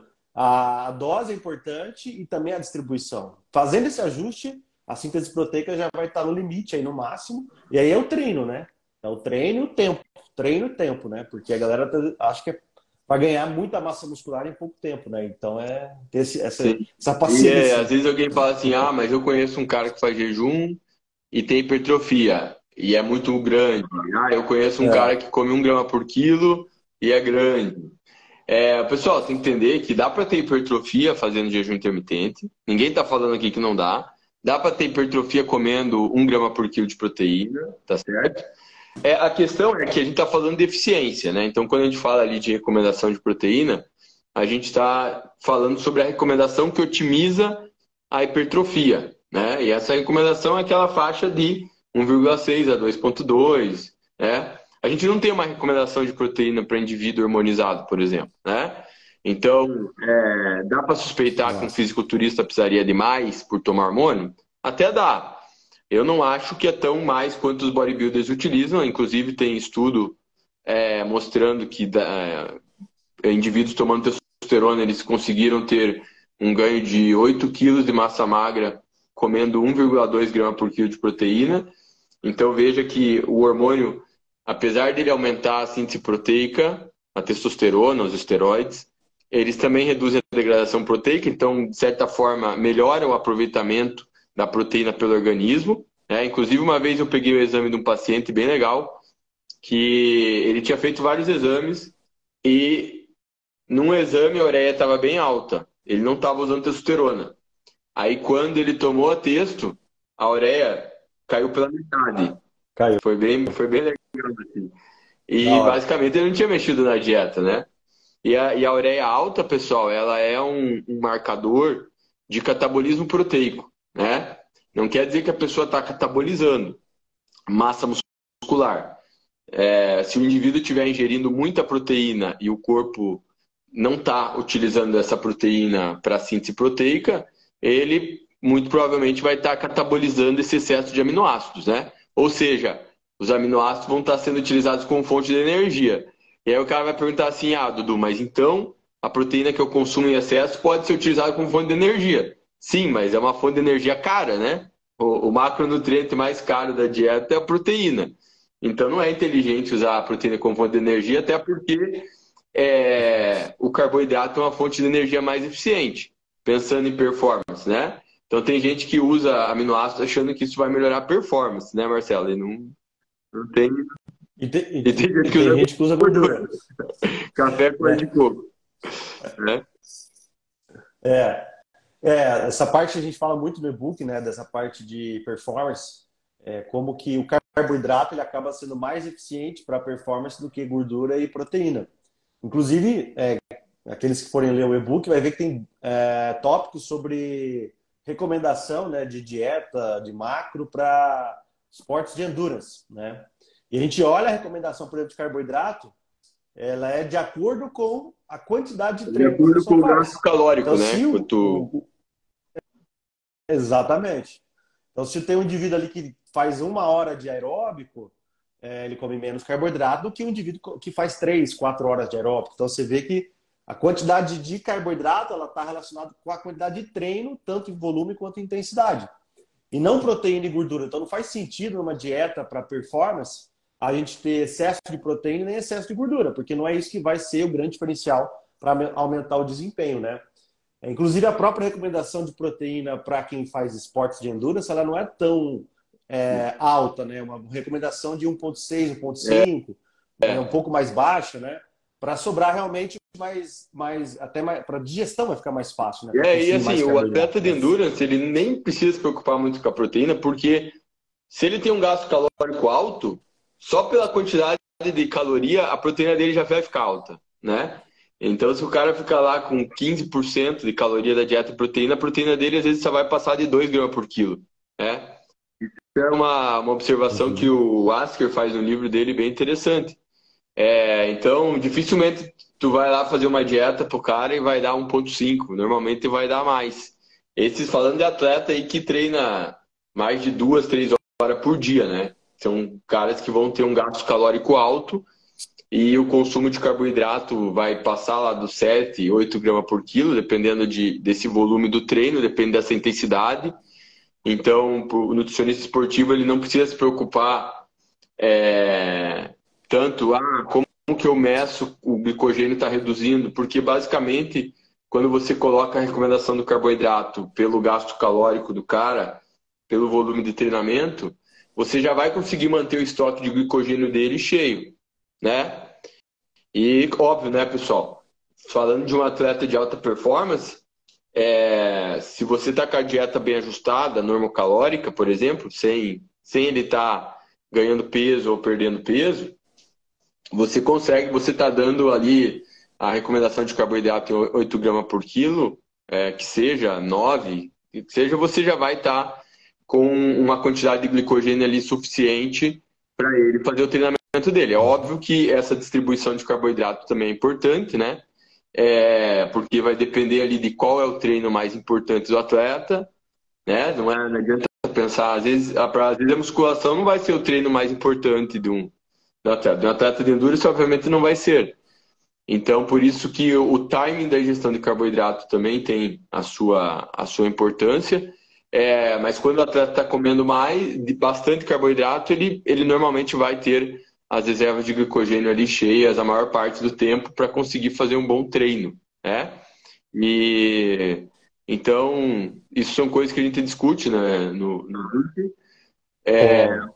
a dose é importante e também a distribuição. Fazendo esse ajuste, a síntese proteica já vai estar no limite aí no máximo. E aí é o treino, né? É o treino e o tempo. Treino e tempo, né? Porque a galera tá, acha que é para ganhar muita massa muscular em pouco tempo, né? Então é ter esse, essa, Sim. essa E é, paciência. às vezes alguém fala assim, ah, mas eu conheço um cara que faz jejum e tem hipertrofia e é muito grande. Ah, eu conheço um cara É, que come um grama por quilo e é grande. É, pessoal, tem que entender que dá para ter hipertrofia fazendo jejum intermitente. Ninguém está falando aqui que não dá. Dá para ter hipertrofia comendo um grama por quilo de proteína, tá certo? É, a questão é que a gente está falando de eficiência, né? Então, quando a gente fala ali de recomendação de proteína, a gente está falando sobre a recomendação que otimiza a hipertrofia, né? E essa recomendação é aquela faixa de um vírgula seis a dois vírgula dois, né? A gente não tem uma recomendação de proteína para indivíduo hormonizado, por exemplo, né? Então, é, dá para suspeitar que um exato. fisiculturista precisaria de mais por tomar hormônio? Até dá. Eu não acho que é tão mais quanto os bodybuilders utilizam. Inclusive, tem estudo é, mostrando que é, indivíduos tomando testosterona eles conseguiram ter um ganho de oito quilos de massa magra comendo um vírgula dois grama por quilo de proteína. Então, veja que o hormônio, apesar dele aumentar a síntese proteica, a testosterona, os esteroides, eles também reduzem a degradação proteica, então, de certa forma, melhora o aproveitamento da proteína pelo organismo. Né? Inclusive, uma vez eu peguei o exame de um paciente bem legal, que ele tinha feito vários exames e num exame a ureia estava bem alta. Ele não estava usando testosterona. Aí, quando ele tomou a testo, a ureia caiu pela metade. Caiu. Foi bem, foi bem legal, assim. Da E hora. basicamente ele não tinha mexido na dieta, né? E a, e a ureia alta, pessoal, ela é um, um marcador de catabolismo proteico, né? Não quer dizer que a pessoa está catabolizando massa muscular. É, se o indivíduo estiver ingerindo muita proteína e o corpo não está utilizando essa proteína para síntese proteica, ele muito provavelmente vai estar tá catabolizando esse excesso de aminoácidos, né? Ou seja, os aminoácidos vão estar tá sendo utilizados como fonte de energia. E aí o cara vai perguntar assim, ah, Dudu, mas então a proteína que eu consumo em excesso pode ser utilizada como fonte de energia. Sim, mas é uma fonte de energia cara, né? O, o macronutriente mais caro da dieta é a proteína. Então não é inteligente usar a proteína como fonte de energia, até porque é, o carboidrato é uma fonte de energia mais eficiente, pensando em performance, né? Então tem gente que usa aminoácidos achando que isso vai melhorar a performance, né, Marcelo? E não, não tem. E, te- E tem e- gente e que tem usa gente que usa gordura, gordura, café com óleo de né? coco, né? É, é, essa parte a gente fala muito no e-book, né? Dessa parte de performance, é, como que o carboidrato ele acaba sendo mais eficiente para performance do que gordura e proteína. Inclusive, é, aqueles que forem ler o e-book vai ver que tem é, tópicos sobre recomendação, né, de dieta, de macro para esportes de endurance, né? E a gente olha a recomendação, por exemplo, de carboidrato, ela é de acordo com a quantidade de De treino que a acordo com pessoa o gasto faz. calórico, Então, né? se o, Quanto... o, exatamente. Então, se tem um indivíduo ali que faz uma hora de aeróbico, é, ele come menos carboidrato do que um indivíduo que faz três, quatro horas de aeróbico. Então, você vê que a quantidade de carboidrato ela está relacionada com a quantidade de treino, tanto em volume quanto em intensidade. E não proteína e gordura. Então, não faz sentido numa dieta para performance a gente ter excesso de proteína nem excesso de gordura, porque não é isso que vai ser o grande diferencial para aumentar o desempenho, né? Inclusive, a própria recomendação de proteína para quem faz esportes de endurance, ela não é tão é, alta, né? Uma recomendação de um ponto seis, um ponto É, cinco, né? Um pouco mais baixa, né? Para sobrar realmente mais, mais até mais, para digestão vai ficar mais fácil, né? Para é, e consumir mais assim, o atleta carboidrato, de né? endurance, ele nem precisa se preocupar muito com a proteína, porque se ele tem um gasto calórico alto, só pela quantidade de caloria, a proteína dele já vai ficar alta, né? Então, se o cara ficar lá com quinze por cento de caloria da dieta de proteína, a proteína dele às vezes só vai passar de dois gramas por quilo, né? É uma, uma observação que Uhum. o Asker faz no livro dele bem interessante. É, então, dificilmente tu vai lá fazer uma dieta pro cara e vai dar um ponto cinco. Normalmente vai dar mais. Esses falando de atleta aí que treina mais de duas, três horas por dia, né? São caras que vão ter um gasto calórico alto e o consumo de carboidrato vai passar lá dos sete, oito gramas por quilo, dependendo de, desse volume do treino, depende dessa intensidade. Então, o nutricionista esportivo ele não precisa se preocupar é, tanto, ah, como que eu meço o glicogênio está reduzindo, porque basicamente, quando você coloca a recomendação do carboidrato pelo gasto calórico do cara, pelo volume de treinamento, você já vai conseguir manter o estoque de glicogênio dele cheio, né? E óbvio, né, pessoal? Falando de um atleta de alta performance, é, se você está com a dieta bem ajustada, normocalórica, por exemplo, sem, sem ele estar ganhando peso ou perdendo peso, você consegue, você está dando ali a recomendação de carboidrato em oito gramas por quilo, é, que seja nove, que seja, você já vai estar com uma quantidade de glicogênio ali suficiente para ele fazer o treinamento dele. É óbvio que essa distribuição de carboidrato também é importante, né? É, porque vai depender ali de qual é o treino mais importante do atleta, né? Não, é, não adianta pensar, às vezes, a, às vezes a musculação não vai ser o treino mais importante de um, do atleta. De um atleta de endurance, obviamente, não vai ser. Então, por isso que o, o timing da ingestão de carboidrato também tem a sua, a sua importância. É, mas quando o atleta está comendo mais, de bastante carboidrato, ele, ele normalmente vai ter as reservas de glicogênio ali cheias a maior parte do tempo para conseguir fazer um bom treino, né? E então, isso são coisas que a gente discute, né, no, no grupo. É, É,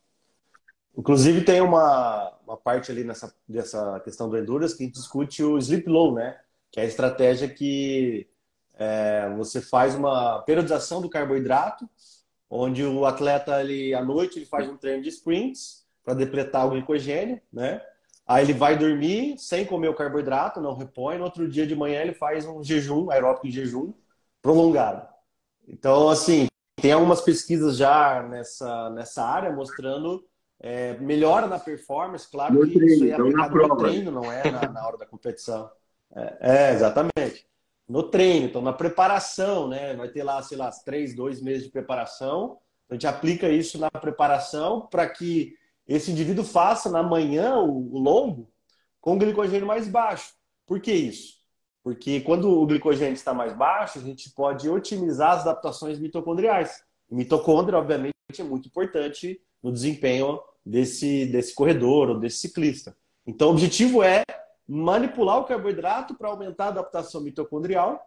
inclusive tem uma, uma parte ali nessa dessa questão do endurance que a gente discute o sleep low, né? Que é a estratégia que é, você faz uma periodização do carboidrato, onde o atleta ele à noite ele faz um treino de sprints para depletar o glicogênio, né? Aí ele vai dormir sem comer o carboidrato, não repõe. No outro dia de manhã ele faz um jejum aeróbico em jejum prolongado. Então, assim, tem algumas pesquisas já nessa, nessa área mostrando é, melhora na performance. Claro no que isso treino, aí é então na aplicado no prova. treino, não é na, na hora da competição. É, é, exatamente. No treino, então na preparação, né? Vai ter lá, sei lá, três, dois meses de preparação. A gente aplica isso na preparação para que esse indivíduo faça na manhã o, o longo com glicogênio mais baixo. Por que isso? Porque quando o glicogênio está mais baixo, a gente pode otimizar as adaptações mitocondriais. E mitocôndria, obviamente, é muito importante no desempenho desse, desse corredor ou desse ciclista. Então, o objetivo é manipular o carboidrato para aumentar a adaptação mitocondrial.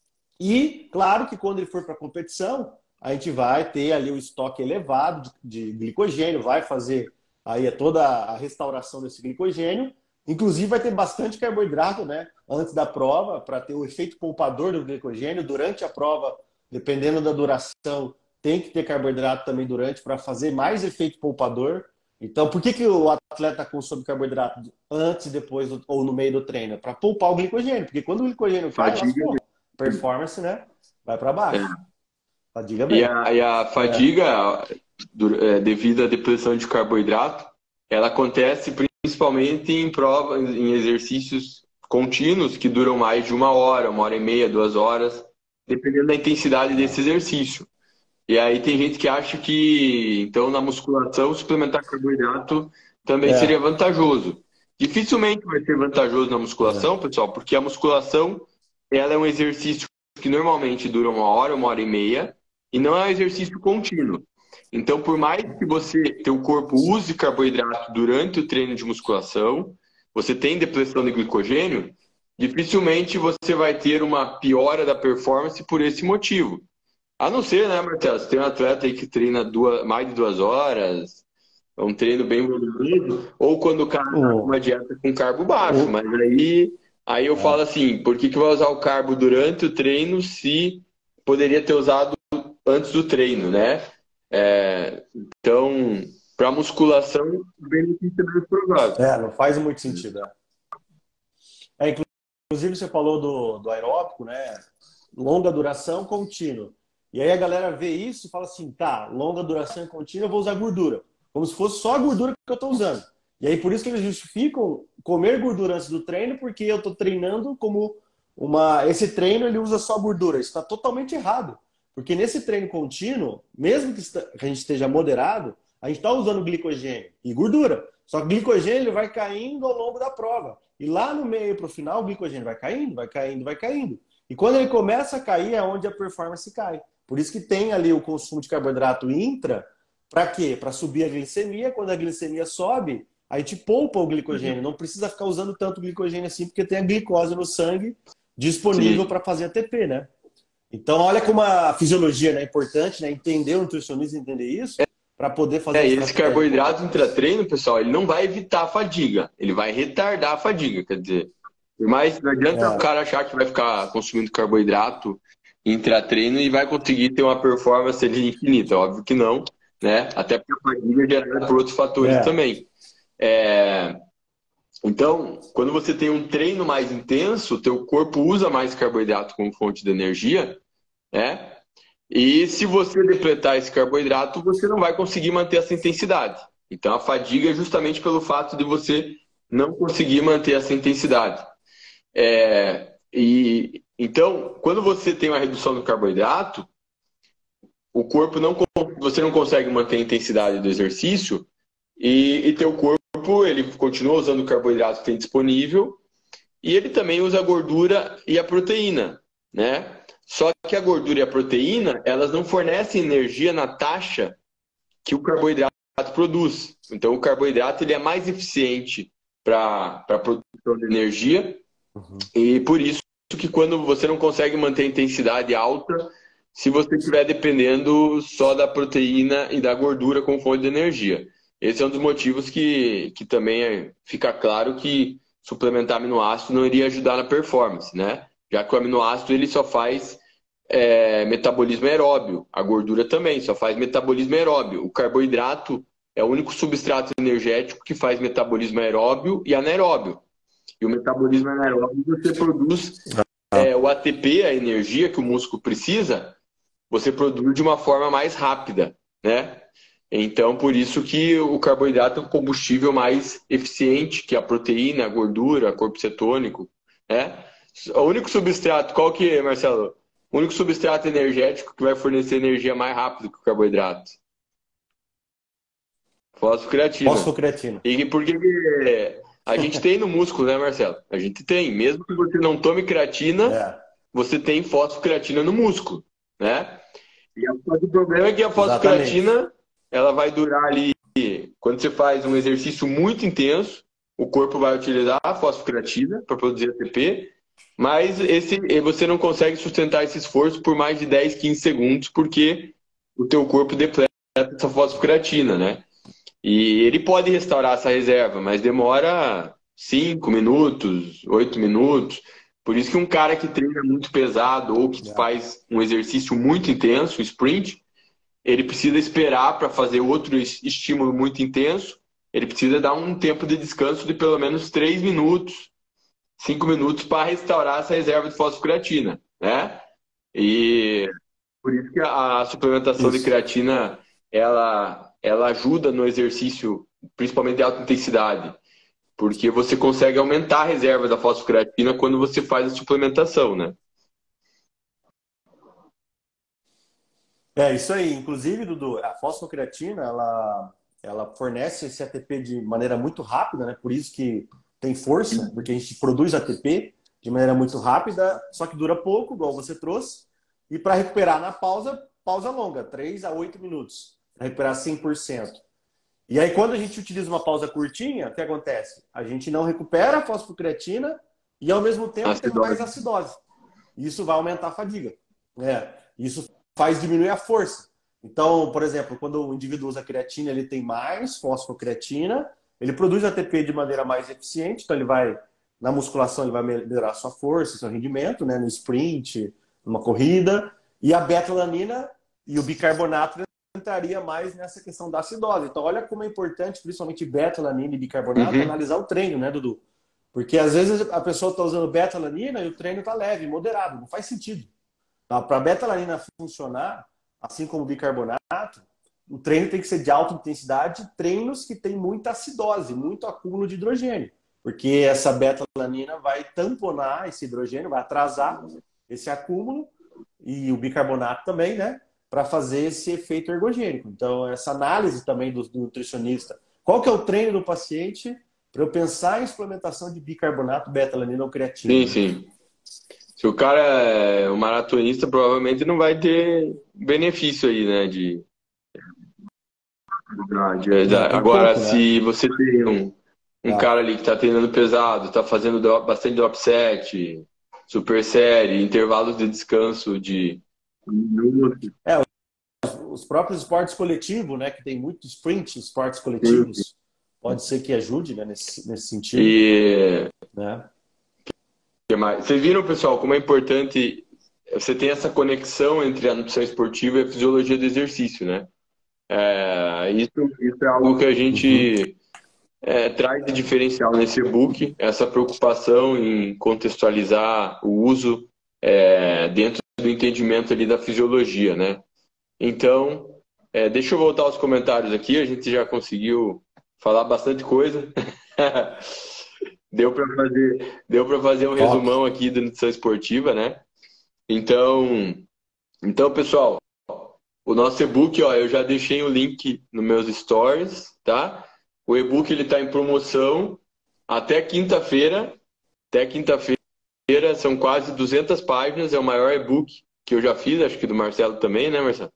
E, claro, que quando ele for para a competição, a gente vai ter ali o estoque elevado de, de glicogênio, vai fazer aí toda a restauração desse glicogênio. Inclusive, vai ter bastante carboidrato, né? Antes da prova, para ter o efeito poupador do glicogênio. Durante a prova, dependendo da duração, tem que ter carboidrato também durante para fazer mais efeito poupador. Então, por que, que o atleta consome carboidrato antes, depois ou no meio do treino? Para poupar o glicogênio. Porque quando o glicogênio cai, Fadiga. lascou. Performance, né? Vai para baixo. É. Fadiga E bem. a, e a É. fadiga, du- é, devido à deposição de carboidrato, ela acontece principalmente em provas, em exercícios contínuos que duram mais de uma hora, uma hora e meia, duas horas, dependendo da intensidade desse exercício. E aí tem gente que acha que, então, na musculação, suplementar carboidrato também seria É. vantajoso. Dificilmente vai ser vantajoso na musculação, É. pessoal, porque a musculação, ela é um exercício que normalmente dura uma hora, uma hora e meia, e não é um exercício contínuo. Então, por mais que você, teu corpo use carboidrato durante o treino de musculação, você tem depressão de glicogênio, dificilmente você vai ter uma piora da performance por esse motivo. A não ser, né, Marcelo? Você tem um atleta aí que treina duas, mais de duas horas, é um treino bem volumoso, ou quando o cara tá com O, uma dieta com carbo baixo, o, mas aí, aí eu falo é, assim, por que que vai usar o carbo durante o treino se poderia ter usado antes do treino, né? É, então, para musculação, o benefício é menos provável. é, não faz muito sentido. É. É, inclusive, você falou do, do aeróbico, né? Longa duração, contínuo. E aí a galera vê isso e fala assim, tá, longa duração e contínua, eu vou usar gordura. Como se fosse só a gordura que eu estou usando. E aí por isso que eles justificam comer gordura antes do treino, porque eu estou treinando como uma... Esse treino ele usa só gordura. Isso está totalmente errado. Porque nesse treino contínuo, mesmo que a gente esteja moderado, a gente está usando glicogênio e gordura. Só que o glicogênio ele vai caindo ao longo da prova. E lá no meio, para o final, o glicogênio vai caindo, vai caindo, vai caindo. E quando ele começa a cair, é onde a performance cai. Por isso que tem ali o consumo de carboidrato intra, para quê? Para subir a glicemia. Quando a glicemia sobe, a gente poupa o glicogênio. Não precisa ficar usando tanto glicogênio assim, porque tem a glicose no sangue disponível Sim. para fazer A T P, né? Então, olha como a fisiologia né, é importante, né? Entender o nutricionista, entender isso, para poder fazer É, a e esse estratégia carboidrato correta. intratreino, pessoal, ele não vai evitar a fadiga, ele vai retardar a fadiga, quer dizer, por mais não adianta o É, cara achar que vai ficar consumindo carboidrato intratreino e vai conseguir ter uma performance ali infinita, óbvio que não, né? Até porque a fadiga é gerada por outros fatores é. também. É, então, quando você tem um treino mais intenso, teu corpo usa mais carboidrato como fonte de energia, né? E se você depletar esse carboidrato, você não vai conseguir manter essa intensidade. Então, a fadiga é justamente pelo fato de você não conseguir manter essa intensidade. É, e então, quando você tem uma redução do carboidrato, o corpo não, você não consegue manter a intensidade do exercício e, e teu corpo ele continua usando o carboidrato que tem disponível e ele também usa a gordura e a proteína, né? Só que a gordura e a proteína, elas não fornecem energia na taxa que o carboidrato produz. Então, o carboidrato ele é mais eficiente para a produção de energia Uhum. e por isso que quando você não consegue manter a intensidade alta, se você estiver dependendo só da proteína e da gordura como fonte de energia. Esse é um dos motivos que, que também é- fica claro que suplementar aminoácido não iria ajudar na performance, né? Já que o aminoácido ele só faz é, metabolismo aeróbio, a gordura também só faz metabolismo aeróbio. O carboidrato é o único substrato energético que faz metabolismo aeróbio e anaeróbio. E o metabolismo anaeróbio você produz Ah, é, o A T P, a energia que o músculo precisa, você produz de uma forma mais rápida, né? Então, por isso que o carboidrato é um combustível mais eficiente que a proteína, a gordura, o corpo cetônico, né? O único substrato, qual que é, Marcelo? O único substrato energético que vai fornecer energia mais rápido que o carboidrato? Fosfocreatina. fosfocreatina. E por que que a gente tem no músculo, né, Marcelo? A gente tem. Mesmo que você não tome creatina, É, você tem fosfocreatina no músculo, né? E o problema é que a exatamente. fosfocreatina, ela vai durar ali, quando você faz um exercício muito intenso, o corpo vai utilizar a fosfocreatina para produzir A T P, mas esse, você não consegue sustentar esse esforço por mais de dez, quinze segundos, porque o teu corpo depleta essa fosfocreatina, né? E ele pode restaurar essa reserva, mas demora cinco minutos, oito minutos. Por isso que um cara que treina muito pesado ou que É. faz um exercício muito intenso, sprint, ele precisa esperar para fazer outro estímulo muito intenso. Ele precisa dar um tempo de descanso de pelo menos três minutos, cinco minutos para restaurar essa reserva de fosfocreatina, né? E por isso que a suplementação de Isso. creatina ela, ela ajuda no exercício, principalmente de alta intensidade, porque você consegue aumentar a reserva da fosfocreatina quando você faz a suplementação, né? É isso aí. Inclusive, Dudu, a fosfocreatina, ela, ela fornece esse A T P de maneira muito rápida, né? Por isso que tem força, porque a gente produz A T P de maneira muito rápida, só que dura pouco, igual você trouxe. E para recuperar na pausa, pausa longa, três a oito minutos, para recuperar cem por cento. E aí, quando a gente utiliza uma pausa curtinha, o que acontece? A gente não recupera a fosfocreatina e, ao mesmo tempo, tem mais Acidose. acidose. Isso vai aumentar a fadiga. É, isso faz diminuir a força. Então, por exemplo, quando o indivíduo usa creatina, ele tem mais fosfocreatina, ele produz A T P de maneira mais eficiente, então ele vai, na musculação, ele vai melhorar sua força, seu rendimento, né, no sprint, numa corrida, e a beta-alanina e o bicarbonato entraria mais nessa questão da acidose. Então, olha como é importante, principalmente beta-alanina e bicarbonato, Uhum. analisar o treino, né, Dudu? Porque às vezes a pessoa está usando beta-alanina e o treino está leve, moderado, não faz sentido. Para a beta-alanina funcionar, assim como o bicarbonato, o treino tem que ser de alta intensidade, treinos que tem muita acidose, muito acúmulo de hidrogênio. Porque essa beta-alanina vai tamponar esse hidrogênio, vai atrasar esse acúmulo, e o bicarbonato também, né? Para fazer esse efeito ergogênico. Então, essa análise também do, do nutricionista. Qual que é o treino do paciente para eu pensar em suplementação de bicarbonato, beta-alanina ou creatina? Sim, sim. Se o cara é um maratonista, provavelmente não vai ter benefício aí, né? De, de- de- É, tem agora, pouco, né? se você tem um, um Tá. cara ali que está treinando pesado, está fazendo drop- bastante drop set, super série, intervalos de descanso de um minuto. É, os próprios esportes coletivos, né? Que tem muito sprint, esportes Sim. coletivos, pode ser que ajude, né, nesse, nesse sentido, E né? que mais? Vocês viram, pessoal, como é importante você ter essa conexão entre a nutrição esportiva e a fisiologia do exercício, né? É, isso, isso é algo que a Uhum. gente é, traz de diferencial nesse e-book, essa preocupação em contextualizar o uso é, dentro do entendimento ali da fisiologia, né? Então, é, deixa eu voltar aos comentários aqui, a gente já conseguiu falar bastante coisa. Deu para fazer, deu para fazer um Top. resumão aqui da nutrição esportiva, né? Então, então, pessoal, o nosso e-book, ó, eu já deixei o link nos meus stories, tá? O e-book ele está em promoção até quinta-feira. Até quinta-feira são quase duzentas páginas, é o maior e-book que eu já fiz, acho que do Marcelo também, né, Marcelo?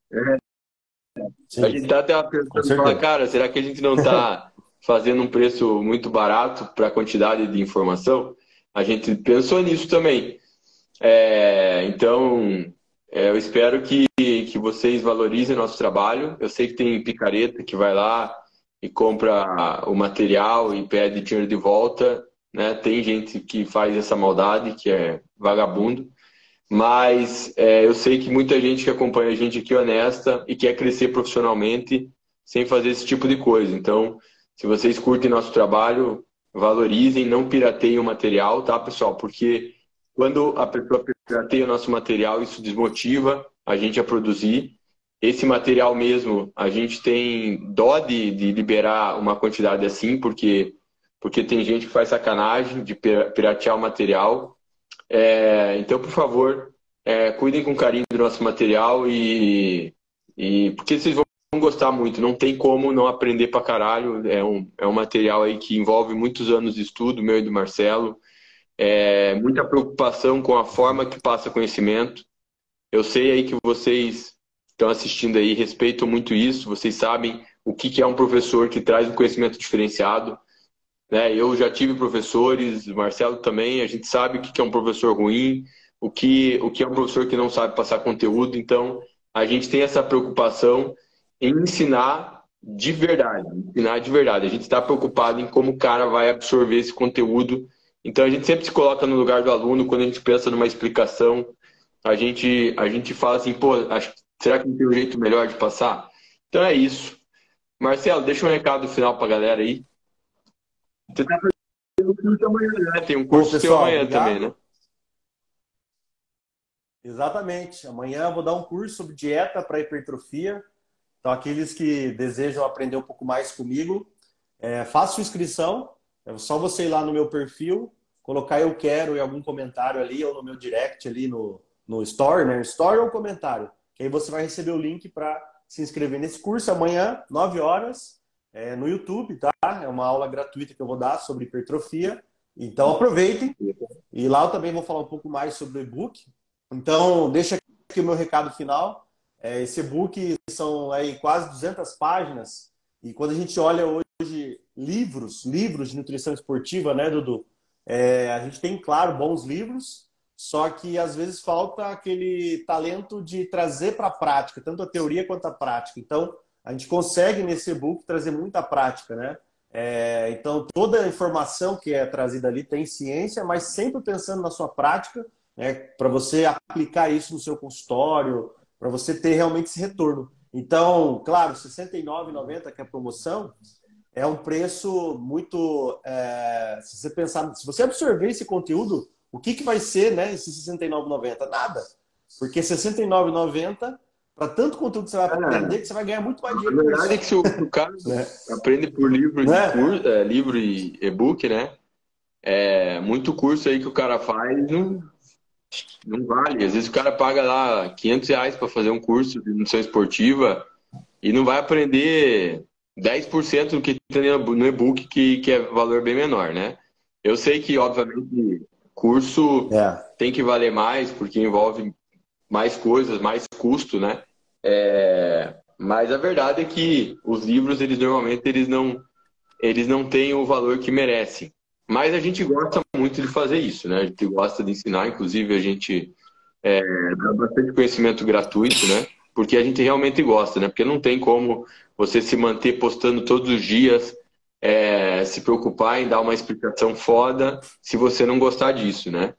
A Sim, gente tá até com pensando, fala, certeza. cara, será que a gente não tá fazendo um preço muito barato para a quantidade de informação? A gente pensou nisso também. É, então, é, eu espero que, que vocês valorizem nosso trabalho. Eu sei que tem picareta que vai lá e compra o material e pede dinheiro de volta, né? Tem gente que faz essa maldade, que é vagabundo. Mas é, eu sei que muita gente que acompanha a gente aqui é honesta e quer crescer profissionalmente sem fazer esse tipo de coisa. Então, se vocês curtem nosso trabalho, valorizem, não pirateiem o material, tá, pessoal? Porque quando a pessoa pirateia o nosso material, isso desmotiva a gente a produzir. Esse material mesmo, a gente tem dó de, de liberar uma quantidade assim, porque, porque tem gente que faz sacanagem de piratear o material. É, então, por favor, é, cuidem com carinho do nosso material e, e porque vocês vão gostar muito. Não tem como não aprender pra caralho. É um, é um material aí que envolve muitos anos de estudo, meu e do Marcelo. É, muita preocupação com a forma que passa conhecimento. Eu sei aí que vocês estão assistindo aí, respeitam muito isso. Vocês sabem o que que é um professor que traz um conhecimento diferenciado, né? Eu já tive professores, o Marcelo também, a gente sabe o que é um professor ruim, o que, o que é um professor que não sabe passar conteúdo, então a gente tem essa preocupação em ensinar de verdade, ensinar de verdade. A gente está preocupado em como o cara vai absorver esse conteúdo, então a gente sempre se coloca no lugar do aluno quando a gente pensa numa explicação, a gente, a gente fala assim, pô, acho, será que não tem um jeito melhor de passar? Então é isso. Marcelo, deixa um recado final para a galera aí. Você tá fazendo curso amanhã, né? Tem um Pô, curso seu pessoal, amanhã também, né? obrigado. Exatamente. Amanhã eu vou dar um curso sobre dieta para hipertrofia. Então, aqueles que desejam aprender um pouco mais comigo, é, faça sua inscrição. É só você ir lá no meu perfil, colocar eu quero em algum comentário ali, ou no meu direct ali no, no Story, né? Story ou comentário. Que aí você vai receber o link para se inscrever nesse curso amanhã, nove horas, é, no YouTube, tá? É uma aula gratuita que eu vou dar sobre hipertrofia. Então, aproveitem. E lá eu também vou falar um pouco mais sobre o e-book. Então, deixa aqui o meu recado final. É, esse e-book são aí quase duzentas páginas. E quando a gente olha hoje livros, livros de nutrição esportiva, né, Dudu? É, a gente tem, claro, bons livros, só que às vezes falta aquele talento de trazer para a prática, tanto a teoria quanto a prática. Então, a gente consegue nesse e-book trazer muita prática, né? É, então, toda a informação que é trazida ali tem ciência, mas sempre pensando na sua prática, né? Para você aplicar isso no seu consultório, para você ter realmente esse retorno. Então, claro, sessenta e nove reais e noventa centavos, que é a promoção, é um preço muito. É, se você pensar, se você absorver esse conteúdo, o que, que vai ser, né, esse sessenta e nove reais e noventa centavos? Nada. Porque sessenta e nove reais e noventa centavos, para tanto conteúdo que você vai aprender, que você vai ganhar muito mais A dinheiro com verdade é isso. que se o, o cara Né? aprende por livro, de Né? curso, é, livro e e-book, né? É, muito curso aí que o cara faz não, não vale. Às vezes o cara paga lá quinhentos reais para fazer um curso de nutrição esportiva e não vai aprender dez por cento do que tem no e-book, que, que é valor bem menor, né? Eu sei que, obviamente, curso É. tem que valer mais, porque envolve mais coisas, mais custo, né? É, mas a verdade é que os livros, eles normalmente eles não, eles não têm o valor que merecem. Mas a gente gosta muito de fazer isso, né? A gente gosta de ensinar, inclusive a gente é, dá bastante conhecimento gratuito, né? Porque a gente realmente gosta, né? Porque não tem como você se manter postando todos os dias, é, se preocupar em dar uma explicação foda se você não gostar disso, né?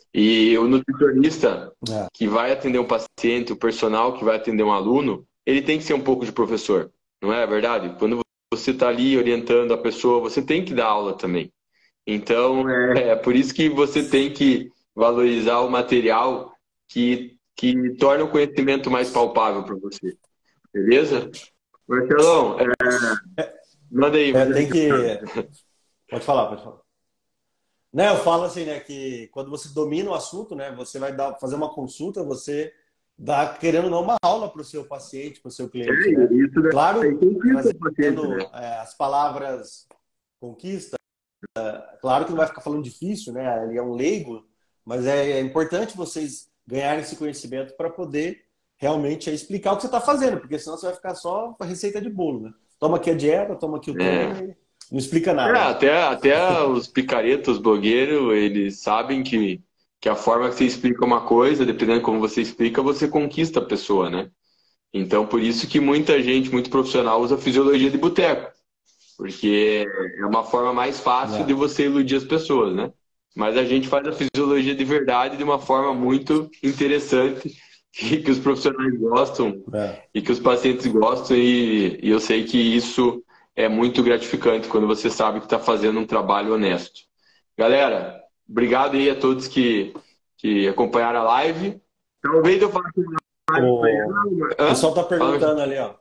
E o nutricionista É. que vai atender um paciente, o personal que vai atender um aluno, ele tem que ser um pouco de professor, não é verdade? Quando você está ali orientando a pessoa, você tem que dar aula também. Então, é, é por isso que você tem que valorizar o material que, que torna o conhecimento mais palpável para você. Beleza? Marcelão, é, manda aí. É, Manda tem que. aí. Pode falar, pode falar. Né, eu falo assim, né, que quando você domina o assunto, né, você vai dar, fazer uma consulta, você dá, querendo ou não, uma aula para o seu paciente, para o seu É cliente, né? isso, né? É Claro, conquista o paciente, trazendo né? é, as palavras conquista, claro que não vai ficar falando difícil, né? Ele é um leigo, mas é, é importante vocês ganharem esse conhecimento para poder realmente é, explicar o que você está fazendo, porque senão você vai ficar só com a receita de bolo, né? Toma aqui a dieta, toma aqui o É. treino e não explica É, nada, né? até, até os picaretas, os blogueiros, eles sabem que, que a forma que você explica uma coisa, dependendo de como você explica, você conquista a pessoa, né? Então, por isso que muita gente, muito profissional, usa fisiologia de boteco, porque é uma forma mais fácil de É, você iludir as pessoas, né? Mas a gente faz a fisiologia de verdade de uma forma muito interessante, que, que os profissionais gostam é. e que os pacientes gostam, e, e eu sei que isso é muito gratificante quando você sabe que está fazendo um trabalho honesto. Galera, obrigado aí a todos que, que acompanharam a live. Talvez eu faça uma live O amanhã. pessoal Hã? está Fala aqui. perguntando ali, ó.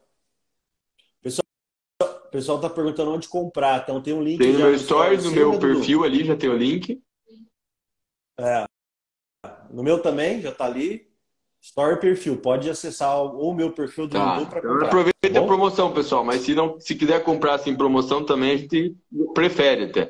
O pessoal, o pessoal tá perguntando onde comprar. Então tem um link Tem no já meu no story stories, no seu, meu né, Dudu? perfil ali, já tem o link. É, no meu também, já tá ali. Story e perfil. Pode acessar o o meu perfil do Dudu Tá. para Então comprar, tá aproveita a bom? promoção, pessoal. Mas se não, se quiser comprar sem promoção também, a gente prefere até.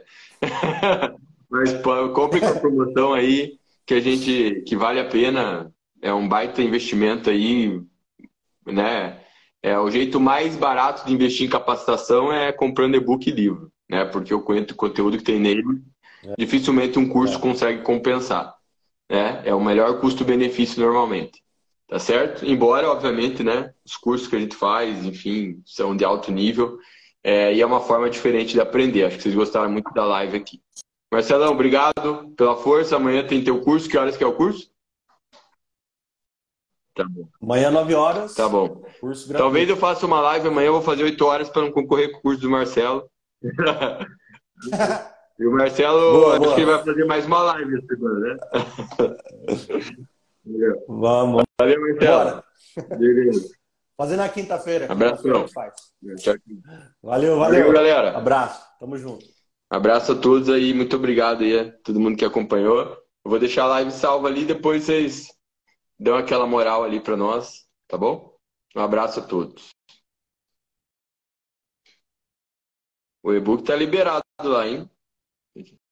Mas pô, compre com a promoção aí, que a gente, que vale a pena. É um baita investimento aí, né? É o jeito mais barato de investir em capacitação é comprando e-book e livro, né? Porque o conhe- conteúdo que tem nele, dificilmente um curso É. consegue compensar, né? É o melhor custo-benefício normalmente. Tá certo? Embora, obviamente, né, os cursos que a gente faz, enfim, são de alto nível, é, e é uma forma diferente de aprender. Acho que vocês gostaram muito da live aqui. Marcelão, obrigado pela força. Amanhã tem teu curso. Que horas que é o curso? Tá bom. Amanhã, nove Tá horas, bom. curso Talvez eu gratuito. faça uma live amanhã, eu vou fazer oito horas para não concorrer com o curso do Marcelo. E o Marcelo, Boa, acho que ele boa. vai fazer mais uma live essa semana, né? Vamos. Valeu, Marcelo. Bora. Beleza. Fazer na quinta-feira. Quinta-feira a Abração. gente faz. Tchau. Valeu, Valeu, valeu. galera. Abraço. Tamo junto. Abraço a todos aí. Muito obrigado aí a todo mundo que acompanhou. Eu vou deixar a live salva ali, depois vocês dão aquela moral ali para nós, tá bom? Um abraço a todos. O e-book tá liberado lá, hein?